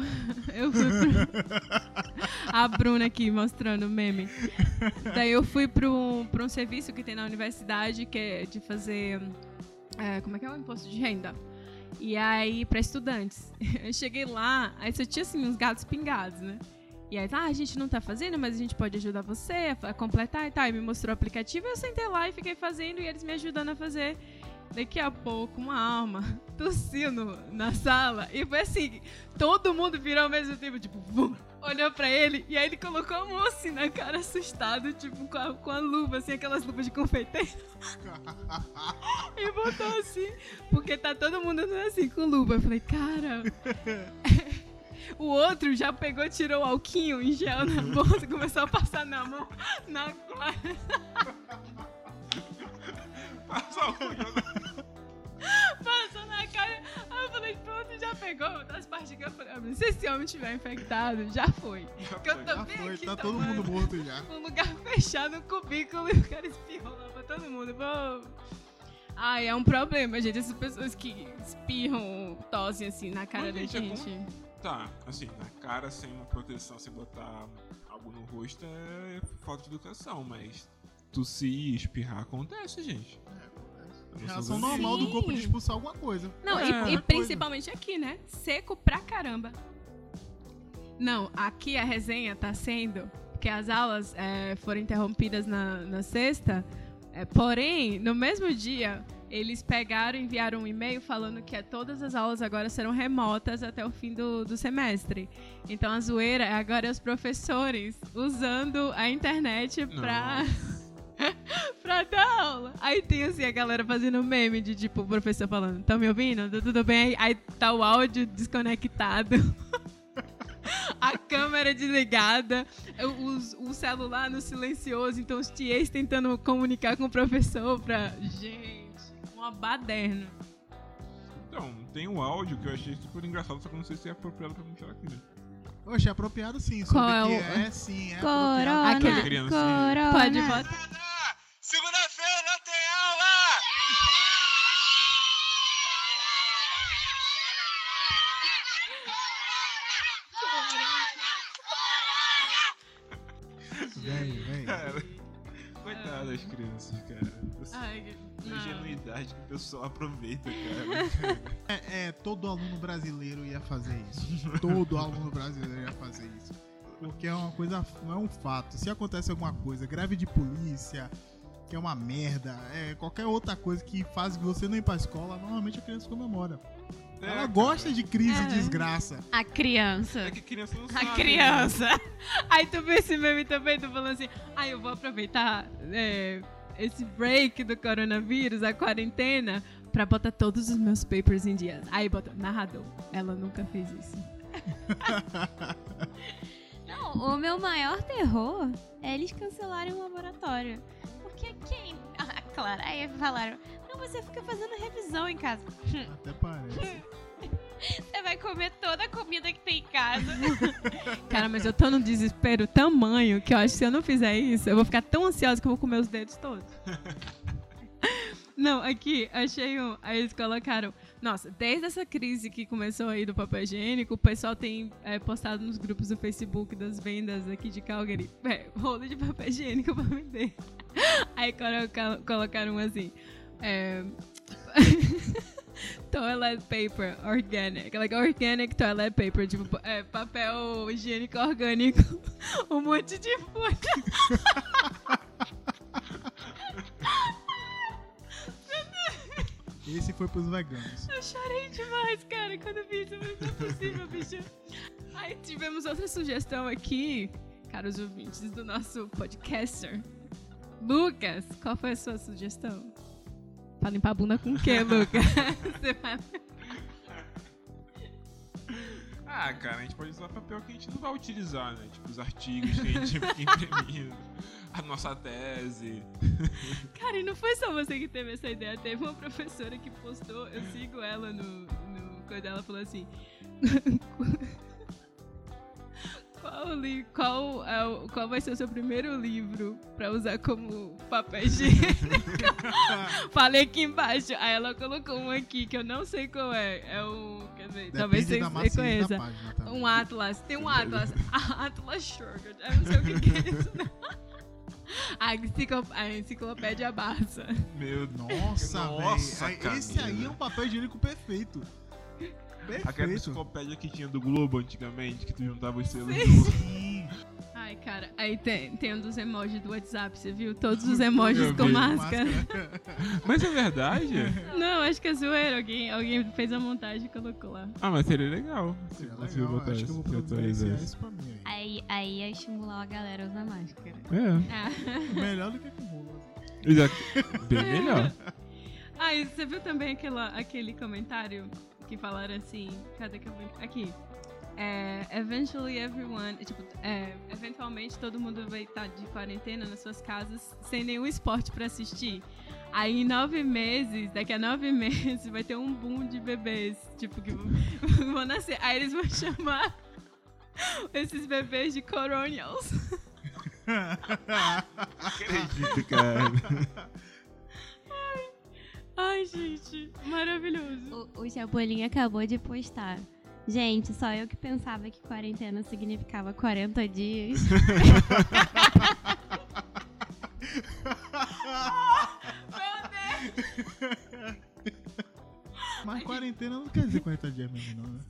Speaker 1: A Bruna aqui mostrando o meme. Daí eu fui pra um serviço que tem na universidade, que é de fazer... como é que é o imposto de renda? E aí, pra estudantes. Eu cheguei lá, aí só tinha assim uns gatos pingados, né? E aí, a gente não tá fazendo, mas a gente pode ajudar você a completar e tal. E me mostrou o aplicativo, eu sentei lá e fiquei fazendo e eles me ajudando a fazer. Daqui a pouco, uma alma tossiu na sala e foi assim, todo mundo virou ao mesmo tempo, tipo, vum, olhou pra ele e aí ele colocou a mão assim na cara, assustado, tipo, com a luva, assim, aquelas luvas de confeiteiro. E botou assim, porque tá todo mundo assim com luva. Eu falei, cara... O outro já pegou, tirou o alquinho em gel na bolsa, começou a passar na mão, na cara. Passou na cara. Aí eu falei, pronto, já pegou das partes que eu falei, se esse homem estiver infectado, já foi. Porque eu tô
Speaker 4: Já
Speaker 1: bem
Speaker 4: foi,
Speaker 1: aqui
Speaker 4: tá todo
Speaker 1: tomando
Speaker 4: mundo morto já.
Speaker 1: um lugar fechado, um cubículo, e o cara espirrou lá pra todo mundo. Ai, é um problema, gente. Essas pessoas que espirram, tossem assim na cara
Speaker 3: Mas,
Speaker 1: da
Speaker 3: gente,
Speaker 1: gente.
Speaker 3: Tá, assim, na cara sem uma proteção, sem botar algo no rosto é falta de educação, mas tossir e espirrar acontece, gente.
Speaker 4: Reação normal do corpo de expulsar alguma coisa.
Speaker 1: Não,
Speaker 3: É,
Speaker 1: e principalmente aqui, né? Seco pra caramba. Não, aqui a resenha tá sendo que as aulas foram interrompidas na sexta, porém, no mesmo dia, eles pegaram e enviaram um e-mail falando que todas as aulas agora serão remotas até o fim do semestre. Então a zoeira agora é os professores usando a internet pra dar aula. Aí tem assim a galera fazendo meme de tipo o professor falando, tá me ouvindo? Tudo bem? Aí tá o áudio desconectado. A câmera desligada, o celular no silencioso, então os TAs tentando comunicar com o professor pra... Gente, uma baderna.
Speaker 3: Então, tem um áudio que eu achei super engraçado, só que eu não sei se é apropriado pra mostrar aqui, né?
Speaker 4: Oxe, é apropriado sim.
Speaker 1: Qual
Speaker 4: Sobre
Speaker 1: é
Speaker 4: que
Speaker 1: o-
Speaker 4: é sim, é
Speaker 2: Corona,
Speaker 4: apropriado.
Speaker 3: Aquela criancinha.
Speaker 2: corona.
Speaker 1: Pode votar.
Speaker 7: Segunda-feira não tem aula!
Speaker 4: Vem.
Speaker 3: Cara, coitadas das crianças, cara.
Speaker 1: Ai,
Speaker 3: A
Speaker 1: não.
Speaker 3: ingenuidade que o pessoal aproveita, cara.
Speaker 4: Todo aluno brasileiro ia fazer isso. Todo aluno brasileiro ia fazer isso. Porque é uma coisa, não é um fato. Se acontece alguma coisa, greve de polícia, que é uma merda, qualquer outra coisa que faz você não ir pra escola, normalmente a criança comemora. Ela
Speaker 3: cara.
Speaker 4: gosta de crise e desgraça.
Speaker 2: A criança.
Speaker 3: É que criança não sabe.
Speaker 1: A criança. Aí tu vê esse meme também, tu falando assim, eu vou aproveitar esse break do coronavírus, a quarentena, pra botar todos os meus papers em dia. Aí bota narrador. Ela nunca fez isso.
Speaker 2: Não, o meu maior terror é eles cancelarem o laboratório. Porque quem... claro, aí falaram, não, você fica fazendo revisão em casa.
Speaker 4: Até parece.
Speaker 2: Você vai comer toda a comida que tem em casa.
Speaker 1: Cara, mas eu tô num desespero tamanho que eu acho que se eu não fizer isso, eu vou ficar tão ansiosa que eu vou comer os dedos todos. Não, aqui, achei um... Aí eles colocaram... Nossa, desde essa crise que começou aí do papel higiênico, o pessoal tem postado nos grupos do Facebook das vendas aqui de Calgary, rolo de papel higiênico pra vender. Aí colocaram assim... toilet paper organic. Like organic toilet paper. Tipo, papel higiênico orgânico. Um monte de folha.
Speaker 4: Esse foi pros veganos.
Speaker 1: Eu chorei demais, cara, quando eu vi isso. Não é possível, bicho. Aí tivemos outra sugestão aqui, caros ouvintes do nosso podcaster. Lucas, qual foi a sua sugestão? Pra limpar a bunda com o quê, Lucas? Você vai...
Speaker 3: Ah, cara, a gente pode usar papel que a gente não vai utilizar, né? Tipo, os artigos que a gente fica imprimindo, a nossa tese.
Speaker 1: Cara, e não foi só você que teve essa ideia. Teve uma professora que postou, eu sigo ela no coisa dela, falou assim... Qual vai ser o seu primeiro livro pra usar como papel higiênico? Falei aqui embaixo. Aí ela colocou um aqui que eu não sei qual é. É o... Quer dizer, talvez você conheça.
Speaker 4: Página, tá?
Speaker 1: Um Atlas. Tem um Atlas. Atlas Shrugged. Eu não sei o que é isso, não. A enciclopédia Barça.
Speaker 3: Meu
Speaker 4: Nossa, velho.
Speaker 3: Camila.
Speaker 4: Esse aí é um papel higiênico perfeito.
Speaker 3: Aquela
Speaker 4: Perfeito.
Speaker 3: enciclopédia que tinha do Globo antigamente, que tu juntava os selos
Speaker 4: Sim.
Speaker 1: Ai, cara, aí tem um dos emojis do WhatsApp, você viu? Todos os emojis
Speaker 3: Eu
Speaker 1: com
Speaker 3: vi.
Speaker 1: máscara.
Speaker 3: Mas é verdade?
Speaker 1: Não, acho que é zoeira. Alguém fez a montagem e colocou lá.
Speaker 3: Ah, mas seria legal. Se
Speaker 4: Seria
Speaker 3: você
Speaker 4: legal,
Speaker 3: botar
Speaker 4: acho que eu vou
Speaker 3: se
Speaker 4: providenciar
Speaker 3: atualizar.
Speaker 4: isso pra mim.
Speaker 2: Aí ia estimular a galera a usar máscara.
Speaker 3: É,
Speaker 4: Melhor do que com rolo.
Speaker 3: exato. Bem melhor.
Speaker 1: Ah, e você viu também aquele comentário que falaram assim... Cadê que eu vou... Aqui. Eventually everyone... Tipo, eventualmente todo mundo vai estar de quarentena nas suas casas sem nenhum esporte pra assistir. Aí em 9 meses, daqui a 9 meses, vai ter um boom de bebês. Tipo, que vão nascer. Aí eles vão chamar esses bebês de coronials.
Speaker 3: Acredito, cara.
Speaker 1: Ai, gente, maravilhoso.
Speaker 2: O Chapolin acabou de postar. Gente, só eu que pensava que quarentena significava 40 dias.
Speaker 4: Mas quarentena não quer dizer 40 dias mesmo, não, né?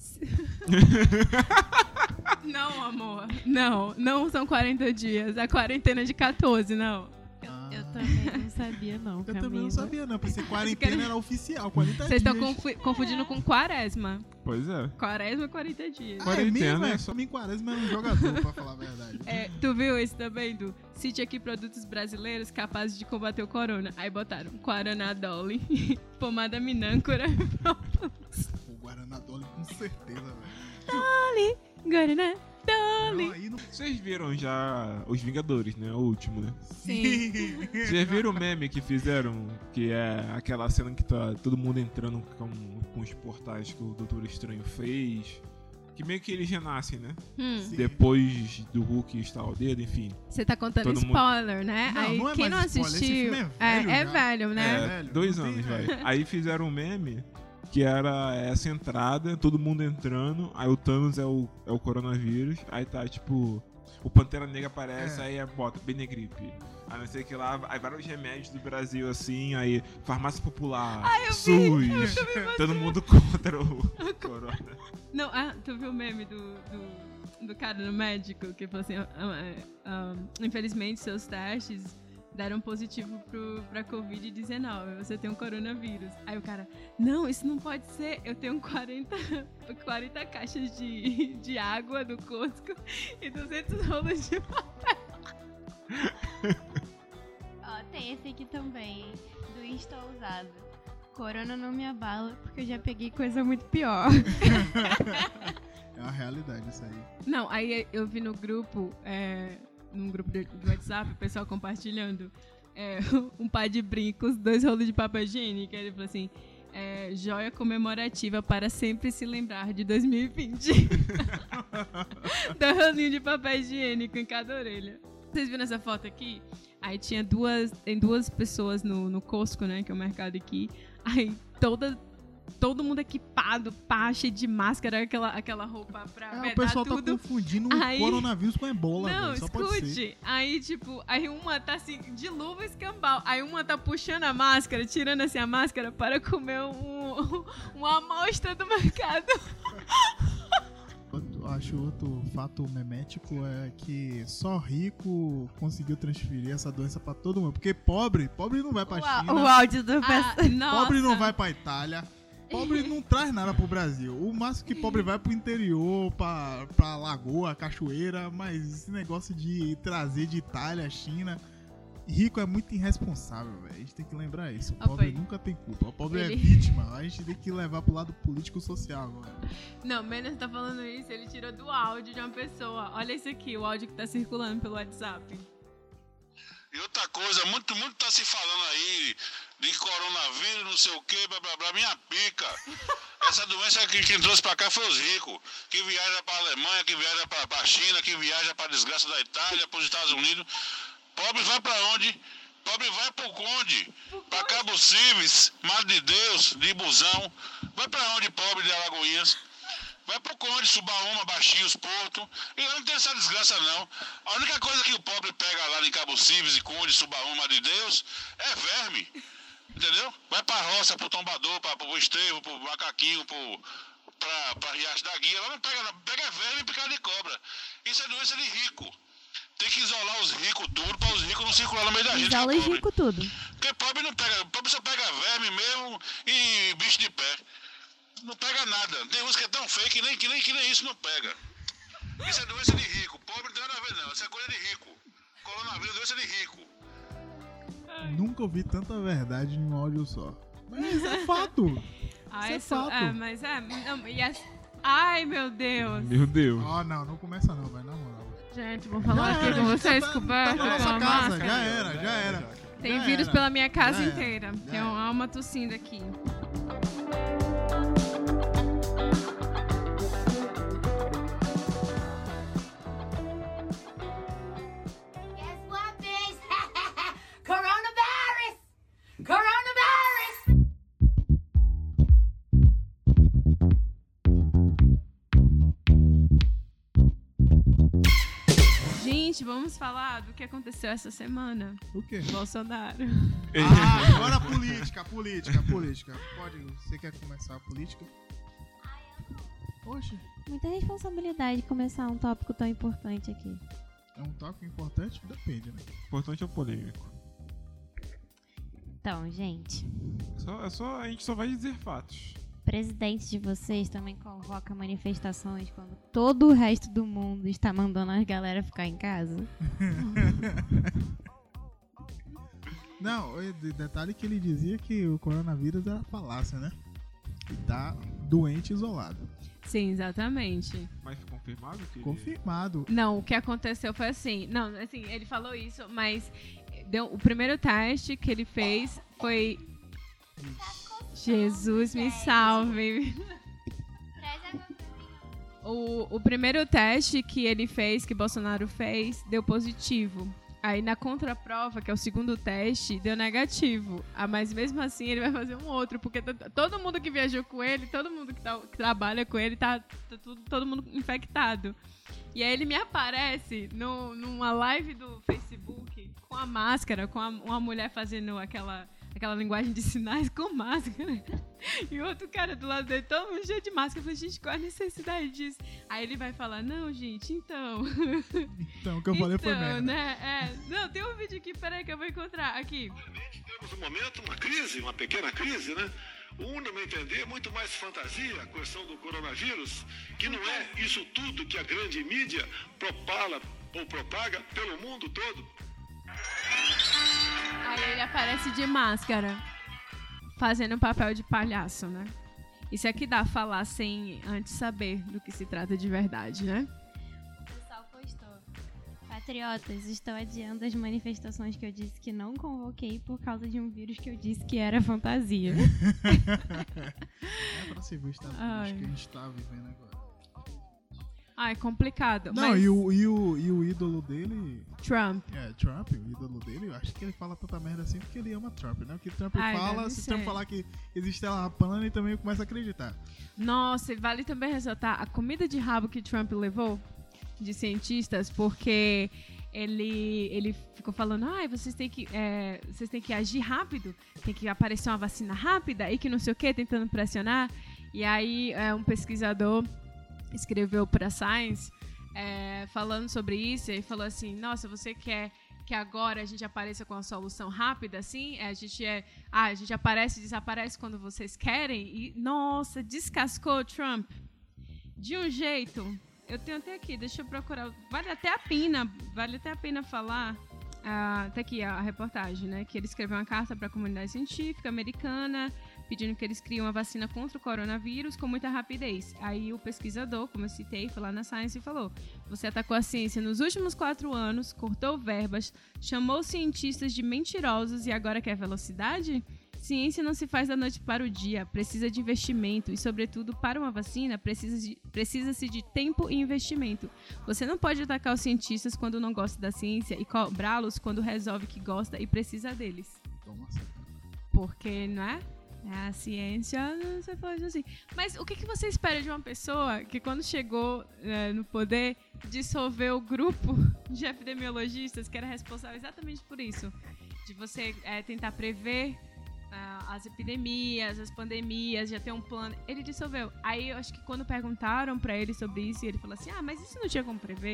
Speaker 1: Não, amor. Não são 40 dias. A quarentena de 14, não.
Speaker 2: Eu
Speaker 6: Eu também não sabia, não.
Speaker 4: Eu também não
Speaker 6: Camila.
Speaker 4: sabia, não. Pensei que quarentena era oficial, 40
Speaker 1: Vocês estão
Speaker 4: dias.
Speaker 1: confundindo com quaresma.
Speaker 3: Pois é.
Speaker 1: Quaresma, 40 dias.
Speaker 4: Ah, é mesmo,
Speaker 3: Quarentena é
Speaker 4: é?
Speaker 3: só-
Speaker 4: Pra mim, Quaresma era um jogador, pra falar a verdade.
Speaker 1: Tu viu esse também, do cite aqui produtos brasileiros capazes de combater o corona. Aí botaram Guaraná Dolly, pomada Minâncora.
Speaker 4: O Guaraná Dolly, com certeza, velho.
Speaker 1: Guaraná Dolly.
Speaker 4: Não, aí não...
Speaker 3: Vocês viram já Os Vingadores, né? O último, né?
Speaker 1: Sim.
Speaker 3: Vocês viram o meme que fizeram? Que é aquela cena que tá todo mundo entrando com os portais que o Doutor Estranho fez. Que meio que eles renascem, né?
Speaker 4: Sim.
Speaker 3: Depois do Hulk estalar o dedo, enfim.
Speaker 1: Você tá contando
Speaker 3: Todo mundo-
Speaker 1: spoiler, né?
Speaker 4: Não,
Speaker 1: Aí
Speaker 4: não é
Speaker 1: quem não
Speaker 4: mais spoiler, esse
Speaker 1: assistiu.
Speaker 4: filme é velho já.
Speaker 1: velho, né?
Speaker 4: velho,
Speaker 3: 2
Speaker 4: não tem,
Speaker 3: anos,
Speaker 4: velho.
Speaker 3: vai. Aí fizeram um meme que era essa entrada, todo mundo entrando, aí o Thanos é o coronavírus, aí tá tipo, o Pantera Negra aparece, aí bota Benegripe, aí não sei o que lá, aí vários remédios do Brasil assim, aí farmácia popular, SUS, todo mundo contra o corona.
Speaker 1: Não, tu viu o meme do cara no médico que falou assim: infelizmente seus testes deram positivo pra Covid-19, você tem um coronavírus. Aí o cara, não, isso não pode ser, eu tenho 40 caixas de água do Costco e 200 rolos de papel.
Speaker 6: Ó, tem esse aqui também, do Insta Ousado. Corona não me abala, porque eu já peguei coisa muito pior.
Speaker 4: É uma realidade isso aí.
Speaker 1: Não, aí eu vi no grupo, num grupo do WhatsApp, o pessoal compartilhando um par de brincos, 2 rolos de papel higiênico. Ele falou assim: joia comemorativa para sempre se lembrar de 2020. 2 rolinhos de papel higiênico em cada orelha. Vocês viram essa foto aqui? Aí tinha duas pessoas no Costco, né, que é o mercado aqui. Aí todo mundo equipado, pá, cheio de máscara, aquela roupa pra
Speaker 4: O
Speaker 1: vedar
Speaker 4: pessoal
Speaker 1: tudo.
Speaker 4: tá confundindo
Speaker 1: Aí-
Speaker 4: o coronavírus com ebola,
Speaker 1: Não,
Speaker 4: velho. Só pode ser.
Speaker 1: escute. Aí, tipo, aí uma tá assim, de luva escambau. Aí uma tá puxando a máscara, tirando assim a máscara para comer uma amostra do mercado.
Speaker 4: Acho outro fato memético é que só rico conseguiu transferir essa doença pra todo mundo. Porque pobre não vai pra China.
Speaker 6: O áudio do
Speaker 4: Pobre não vai pra Itália. Pobre não traz nada pro Brasil. O máximo que pobre vai pro interior, pra lagoa, cachoeira. Mas esse negócio de trazer de Itália, China... Rico é muito irresponsável, velho. A gente tem que lembrar isso. O pobre nunca tem culpa. O pobre é vítima. A gente tem que levar pro lado político-social agora.
Speaker 1: Não, Menos tá falando isso, ele tirou do áudio de uma pessoa. Olha isso aqui, o áudio que tá circulando pelo WhatsApp.
Speaker 7: E outra coisa, muito tá se falando aí de coronavírus, não sei o que, blá blá blá, minha pica. Essa doença que quem trouxe pra cá foi os ricos, que viaja pra Alemanha, que viaja pra China, que viaja pra desgraça da Itália, pros Estados Unidos. Pobre vai pra onde? Pobre vai pro Conde, pra Cabo Cives, Madre de Deus, de Busão. Vai pra onde, pobre de Alagoinhas? Vai pro Conde, Subaúma, Baixinhos, Porto. E lá não tem essa desgraça, não. A única coisa que o pobre pega lá em Cabo Cives e Conde, Subaúma, de Deus, é verme. Entendeu? Vai pra roça, pro tombador, pro estrevo, pro macaquinho, pra Riacho da Guia. Lá não pega verme e picada de cobra. Isso é doença de rico. Tem que isolar os ricos tudo, para os ricos não circular no meio da gente.
Speaker 6: Isola os ricos tudo.
Speaker 7: Porque pobre não pega, pobre só pega verme mesmo e bicho de pé. Não pega nada. Tem uns que é tão feio que nem isso não pega. Isso é doença de rico. Pobre não tem nada a ver não, isso é coisa de rico. Coronavírus é doença de rico.
Speaker 4: Nunca ouvi tanta verdade em um áudio só. Mas isso é fato. Isso é fato.
Speaker 1: Mas não, ai, meu Deus.
Speaker 3: Meu Deus.
Speaker 4: Não começa não, vai na moral.
Speaker 1: Gente, vou falar aqui com vocês, coberto
Speaker 4: Tá
Speaker 1: com
Speaker 4: na
Speaker 1: a
Speaker 4: nossa casa,
Speaker 1: máscara.
Speaker 4: já era.
Speaker 1: Tem
Speaker 4: Já
Speaker 1: vírus
Speaker 4: era.
Speaker 1: pela minha casa
Speaker 4: Já era.
Speaker 1: inteira.
Speaker 4: Já
Speaker 1: Tem
Speaker 4: era.
Speaker 1: uma alma tossindo aqui.
Speaker 5: Guess what, bitch? Coronavirus! Coronavirus!
Speaker 1: Gente, vamos falar do que aconteceu essa semana.
Speaker 4: O quê?
Speaker 1: Bolsonaro.
Speaker 4: Agora política. Você quer começar a política? Oxe,
Speaker 6: Muita responsabilidade começar um tópico tão importante aqui.
Speaker 4: é um tópico importante? Depende, né?
Speaker 3: Importante é o polêmico.
Speaker 6: Então, gente,
Speaker 3: A gente só vai dizer fatos.
Speaker 6: o presidente de vocês também convoca manifestações quando todo o resto do mundo está mandando a galera ficar em casa?
Speaker 4: Não, detalhe que ele dizia que o coronavírus era falácia, né? E tá doente isolado.
Speaker 1: Sim, exatamente.
Speaker 3: Mas foi confirmado que ele...
Speaker 4: Confirmado.
Speaker 1: Não, o que aconteceu foi assim. Não, assim, ele falou isso, mas o primeiro teste que ele fez foi. Jesus me salve. O primeiro teste que ele fez, que Bolsonaro fez, deu positivo. Aí na contraprova, que é o segundo teste, deu negativo. Mas mesmo assim ele vai fazer um outro, porque todo mundo que viajou com ele, todo mundo que trabalha com ele, tá todo mundo infectado. E aí ele me aparece numa live do Facebook com a máscara, com uma mulher fazendo aquela linguagem de sinais com máscara. E o outro cara do lado dele, todo mundo cheio de máscara. Eu falei, gente, qual a necessidade disso? Aí ele vai falar, não, gente, então...
Speaker 4: Então, o que eu falei foi merda.
Speaker 1: Né? Não, tem um vídeo aqui, peraí que eu vou encontrar. Aqui.
Speaker 7: Obviamente, temos um momento, uma crise, uma pequena crise, né? No meu entender, muito mais fantasia a questão do coronavírus, que não é isso tudo que a grande mídia propaga pelo mundo todo.
Speaker 1: Aí ele aparece de máscara, fazendo papel de palhaço, né? Isso é que dá falar sem antes saber do que se trata de verdade, né?
Speaker 6: O pessoal postou. Patriotas, estou adiando as manifestações que eu disse que não convoquei por causa de um vírus que eu disse que era fantasia.
Speaker 4: É pra você ver o estado
Speaker 1: Ai.
Speaker 4: que a gente tá vivendo agora.
Speaker 1: Ah, é complicado.
Speaker 4: Não,
Speaker 1: mas
Speaker 4: e o ídolo dele...
Speaker 1: Trump.
Speaker 4: Trump, o ídolo dele, eu acho que ele fala tanta merda assim porque ele ama Trump, né? O que Trump
Speaker 1: Ai,
Speaker 4: fala,
Speaker 1: deve
Speaker 4: se
Speaker 1: ser.
Speaker 4: Trump falar que existe ela plana, ele também começa a acreditar.
Speaker 1: Nossa, e vale também ressaltar a comida de rabo que Trump levou de cientistas, porque ele ficou falando, vocês têm que agir rápido, tem que aparecer uma vacina rápida e que não sei o que, tentando pressionar. E aí um pesquisador escreveu para Science falando sobre isso e falou assim, nossa, você quer que agora a gente apareça com a solução rápida, assim? A gente aparece e desaparece quando vocês querem? E, nossa, descascou Trump de um jeito... Eu tenho até aqui, deixa eu procurar. Vale até a pena falar. Tá aqui a reportagem, né? Que ele escreveu uma carta para a comunidade científica americana, pedindo que eles criem uma vacina contra o coronavírus com muita rapidez. Aí o pesquisador, como eu citei, foi lá na Science e falou: você atacou a ciência nos últimos 4 anos, cortou verbas, chamou cientistas de mentirosos e agora quer velocidade? Ciência não se faz da noite para o dia, precisa de investimento e, sobretudo, para uma vacina, precisa-se de tempo e investimento. Você não pode atacar os cientistas quando não gosta da ciência e cobrá-los quando resolve que gosta e precisa deles.
Speaker 4: Toma.
Speaker 1: Porque, não é? A ciência não se faz assim. Mas o que você espera de uma pessoa que, quando chegou no poder, dissolveu o grupo de epidemiologistas que era responsável exatamente por isso? De você tentar prever as epidemias, as pandemias, já ter um plano. Ele dissolveu. Aí eu acho que quando perguntaram pra ele sobre isso, ele falou assim, mas isso não tinha como prever.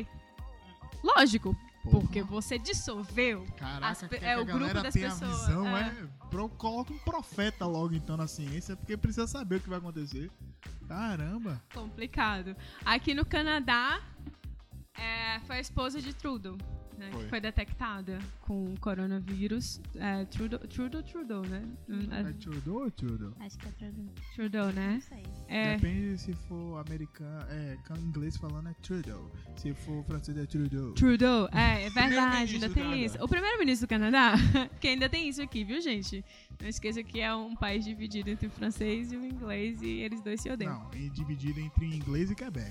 Speaker 1: Lógico, porque você dissolveu
Speaker 4: Caraca,
Speaker 1: o grupo das
Speaker 4: tem
Speaker 1: pessoas.
Speaker 4: A visão, coloca um profeta logo então na ciência, porque precisa saber o que vai acontecer. Caramba.
Speaker 1: Complicado. Aqui no Canadá, foi a esposa de Trudeau, né, que foi detectada com coronavírus. Trudeau, né?
Speaker 4: É Trudeau ou Trudeau?
Speaker 6: Acho que é Trudeau.
Speaker 1: Trudeau, né?
Speaker 6: Não sei.
Speaker 4: Depende se for americano, inglês falando é Trudeau. Se for francês é Trudeau.
Speaker 1: Trudeau, é verdade, ainda
Speaker 3: Primeiro-ministro do
Speaker 1: tem
Speaker 3: Canadá.
Speaker 1: isso. O primeiro-ministro do Canadá, que ainda tem isso aqui, viu, gente? Não esqueça que é um país dividido entre o francês e o inglês e eles dois se odeiam.
Speaker 4: Não, e dividido entre inglês e Quebec.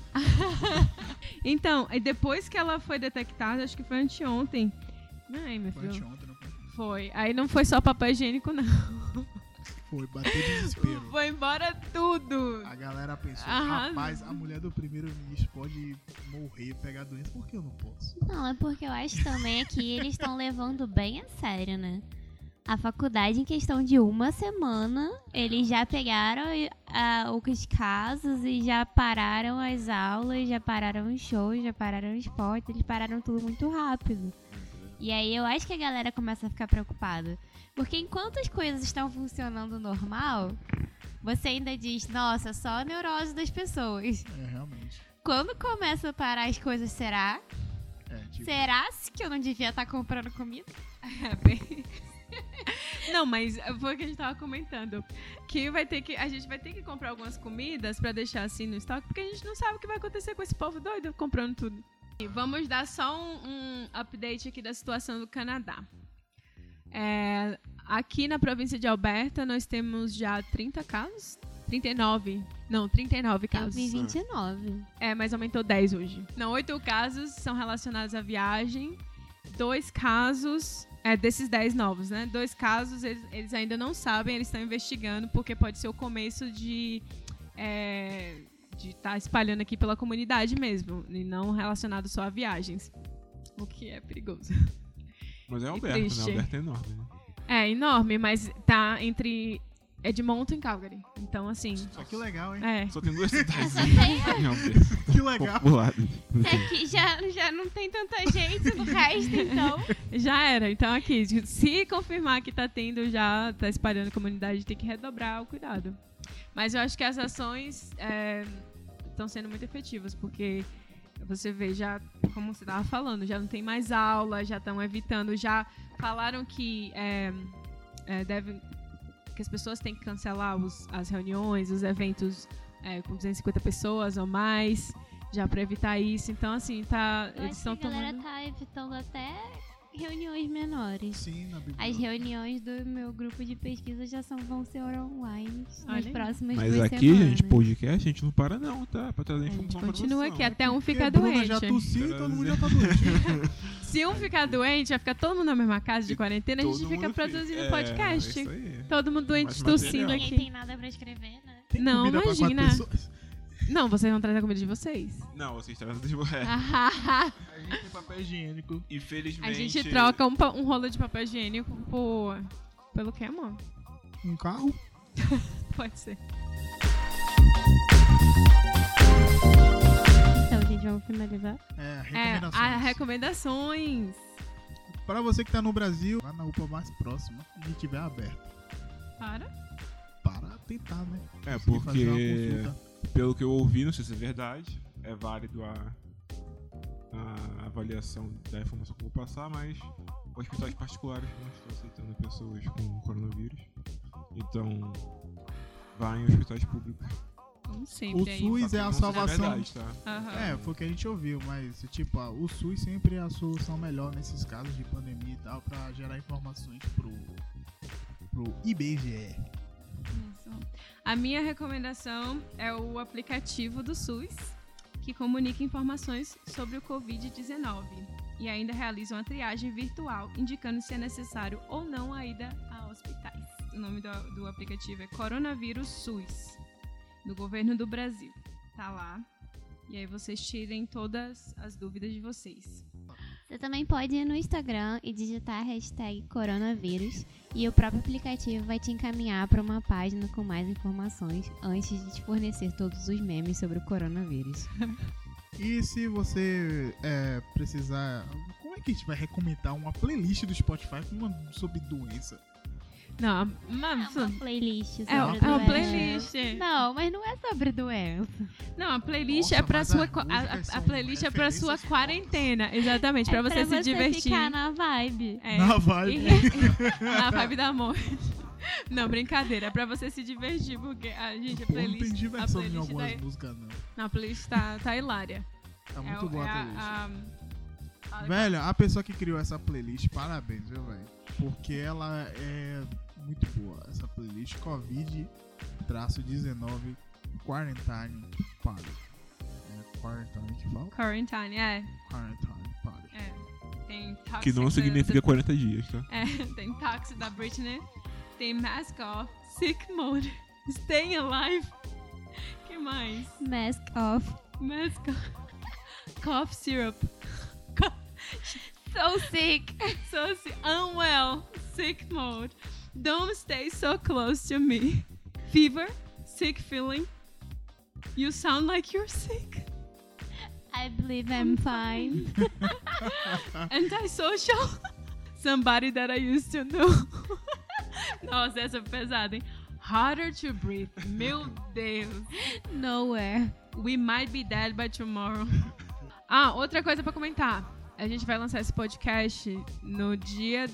Speaker 1: Então, e depois que ela foi detectada, acho que foi anteontem. Ai, meu
Speaker 4: Foi
Speaker 1: filho.
Speaker 4: anteontem, não foi?
Speaker 1: Foi. Aí não foi só papel higiênico, não.
Speaker 4: Foi, bateu desespero.
Speaker 1: Foi embora tudo.
Speaker 4: A galera pensou,
Speaker 1: Aham.
Speaker 4: rapaz, a mulher do primeiro-ministro pode morrer, pegar doença, por que eu não posso?
Speaker 6: Não, é porque eu acho também que eles estão levando bem a sério, né? A faculdade, em questão de uma semana, eles já pegaram os casos e já pararam as aulas, já pararam os shows, já pararam o esporte, eles pararam tudo muito rápido.
Speaker 2: E aí eu acho que a galera começa a ficar preocupada. Porque enquanto as coisas estão funcionando normal, você ainda diz, nossa, só a neurose das pessoas.
Speaker 4: É, realmente.
Speaker 2: Quando começa a parar as coisas, será?
Speaker 4: Tipo,
Speaker 2: Será que eu não devia estar comprando comida?
Speaker 1: É, bem... Não, mas foi o que a gente tava comentando. Que a gente vai ter que comprar algumas comidas pra deixar assim no estoque, porque a gente não sabe o que vai acontecer com esse povo doido comprando tudo. E vamos dar só um update aqui da situação do Canadá. Aqui na província de Alberta, nós temos já 30 casos. 39
Speaker 2: Eu
Speaker 1: casos.
Speaker 2: vi 29.
Speaker 1: Mas aumentou 10 hoje. Não, 8 casos são relacionados à viagem. 2 casos... desses 10 novos, né? 2 casos, eles ainda não sabem, eles estão investigando, porque pode ser o começo de estar espalhando aqui pela comunidade mesmo, e não relacionado só a viagens. O que é perigoso.
Speaker 3: Mas é Alberta,
Speaker 1: triste.
Speaker 3: né? Alberta é enorme, né?
Speaker 1: É enorme, mas tá entre Edmonton e Calgary. Então, assim...
Speaker 4: só que legal, hein?
Speaker 3: Só tem 2 cidades em Alberta.
Speaker 4: Que legal.
Speaker 3: Populadas.
Speaker 2: Aqui já não tem tanta gente no resto, então.
Speaker 1: Já era. Então, aqui, se confirmar que tá tendo já, tá espalhando a comunidade, tem que redobrar o cuidado. Mas eu acho que as ações estão sendo muito efetivas, porque você vê já, como você estava falando, já não tem mais aula, já estão evitando, já falaram que que as pessoas têm que cancelar as reuniões, os eventos com 250 pessoas ou mais, já para evitar isso. Então, assim, eles estão tomando...
Speaker 2: A galera tá evitando até reuniões menores.
Speaker 4: Sim, na biblioteca.
Speaker 2: As reuniões do meu grupo de pesquisa já vão ser online nas
Speaker 1: Olha.
Speaker 2: próximas
Speaker 3: Mas
Speaker 2: 2
Speaker 3: aqui,
Speaker 2: semanas.
Speaker 3: gente, podcast, a gente não para não, tá? Pra trazer
Speaker 1: A gente
Speaker 3: informação pra
Speaker 1: continua
Speaker 3: você.
Speaker 1: aqui até um ficar
Speaker 4: Porque Bruna
Speaker 1: doente.
Speaker 4: já tossiu e todo mundo já tá doente.
Speaker 1: Se um ficar doente, vai ficar todo mundo na mesma casa de quarentena, a gente
Speaker 3: Todo
Speaker 1: fica
Speaker 3: mundo
Speaker 1: produzindo podcast.
Speaker 3: É isso aí.
Speaker 1: Todo mundo doente,
Speaker 3: Mais
Speaker 1: tossindo
Speaker 3: material.
Speaker 2: Ninguém
Speaker 1: aqui.
Speaker 2: tem nada pra escrever, né?
Speaker 4: Tem
Speaker 1: Não,
Speaker 4: comida pra 4
Speaker 1: imagina.
Speaker 4: pessoas?
Speaker 1: Não, vocês vão trazer a comida de vocês.
Speaker 3: Não, vocês trazem...
Speaker 1: a
Speaker 4: A gente tem papel higiênico.
Speaker 3: Infelizmente...
Speaker 1: gente troca um rolo de papel higiênico pelo que, amor?
Speaker 4: Um carro.
Speaker 1: Pode ser.
Speaker 2: Então, gente, vamos finalizar.
Speaker 4: Recomendações.
Speaker 1: Recomendações.
Speaker 4: Pra você que tá no Brasil, vá na UPA mais próxima e tiver aberta.
Speaker 1: Para.
Speaker 4: Tentar, né?
Speaker 3: Porque...
Speaker 4: Fazer uma consulta.
Speaker 3: Pelo que eu ouvi, não sei se é verdade, é válido a avaliação da informação que eu vou passar, mas hospitais particulares não estão aceitando pessoas com coronavírus. Então, vá em hospitais públicos.
Speaker 1: Como sempre
Speaker 4: O
Speaker 1: aí.
Speaker 4: SUS é a
Speaker 3: Não sei se
Speaker 4: salvação.
Speaker 3: verdade, tá?
Speaker 1: Aham.
Speaker 4: Foi o que a gente ouviu, mas tipo, o SUS sempre é a solução melhor nesses casos de pandemia e tal, pra gerar informações pro IBGE.
Speaker 1: Isso. A minha recomendação é o aplicativo do SUS, que comunica informações sobre o Covid-19 e ainda realiza uma triagem virtual, indicando se é necessário ou não a ida a hospitais. O nome do aplicativo é Coronavírus SUS, do Governo do Brasil. Tá lá. E aí vocês tirem todas as dúvidas de vocês.
Speaker 2: Você também pode ir no Instagram e digitar a hashtag coronavírus e o próprio aplicativo vai te encaminhar para uma página com mais informações antes de te fornecer todos os memes sobre o coronavírus.
Speaker 4: E se você precisar... Como é que a gente vai recomendar uma playlist do Spotify sobre doença?
Speaker 1: Não,
Speaker 2: É
Speaker 1: mas...
Speaker 2: uma playlist sobre
Speaker 1: É uma
Speaker 2: doença.
Speaker 1: playlist.
Speaker 2: Não, mas não é sobre doença.
Speaker 1: Não, a playlist
Speaker 4: Nossa,
Speaker 1: é pra
Speaker 4: mas
Speaker 1: sua
Speaker 4: as músicas
Speaker 1: a
Speaker 4: são
Speaker 1: playlist é pra sua
Speaker 4: referências
Speaker 1: quarentena, exatamente, pra você se divertir.
Speaker 2: ficar na vibe.
Speaker 1: É,
Speaker 4: Na vibe.
Speaker 1: na vibe da morte. Não, brincadeira, é pra você se divertir, porque a gente a
Speaker 4: Pô, não
Speaker 1: playlist,
Speaker 4: tem diversão
Speaker 1: a
Speaker 4: em
Speaker 1: playlist
Speaker 4: algumas músicas, não.
Speaker 1: a playlist tá hilária.
Speaker 4: Tá muito boa a playlist.
Speaker 1: a-
Speaker 4: Velho, a pessoa que criou essa playlist, parabéns, viu, velho? Porque ela é muito boa. Essa playlist Covid-19 Quarantine Party. É Quarantine que fala?
Speaker 1: Quarantine,
Speaker 4: Quarantine Party.
Speaker 1: Tem Toxic
Speaker 3: Que não significa 40 dias, tá?
Speaker 1: tem Toxic da Britney, tem Mask Off, Sick Mode, Staying Alive, que mais?
Speaker 2: Mask off.
Speaker 1: Mask Off, Cough Syrup,
Speaker 2: So sick.
Speaker 1: So unwell, sick mode. Don't stay so close to me. Fever, sick feeling. You sound like you're sick.
Speaker 2: I I believe I'm fine.
Speaker 1: Antisocial. Somebody that I used to know. Nossa, essa é pesada, hein? Harder to breathe. Meu Deus.
Speaker 2: Nowhere.
Speaker 1: We might be dead by tomorrow. Outra coisa pra comentar. A gente vai lançar esse podcast no dia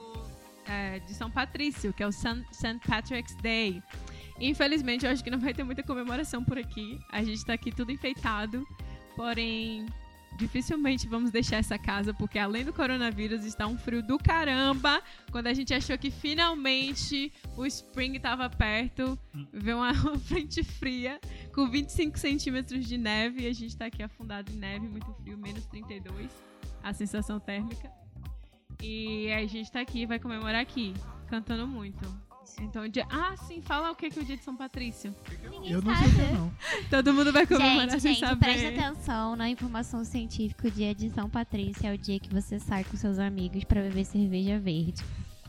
Speaker 1: de São Patrício, que é o St. Patrick's Day. Infelizmente, eu acho que não vai ter muita comemoração por aqui. A gente tá aqui tudo enfeitado. Porém, dificilmente vamos deixar essa casa, porque além do coronavírus, está um frio do caramba. Quando a gente achou que finalmente o spring estava perto, veio uma frente fria com 25 centímetros de neve e a gente está aqui afundado em neve, muito frio, menos 32, a sensação térmica. E a gente está aqui, vai comemorar aqui, cantando muito. Então, sim, fala o que é o dia de São Patrício.
Speaker 4: Eu não sei o que é, não.
Speaker 1: Todo mundo vai comemorar sem
Speaker 2: Gente,
Speaker 1: saber.
Speaker 2: presta atenção na informação científica. O dia de São Patrício é o dia que você sai com seus amigos pra beber cerveja verde.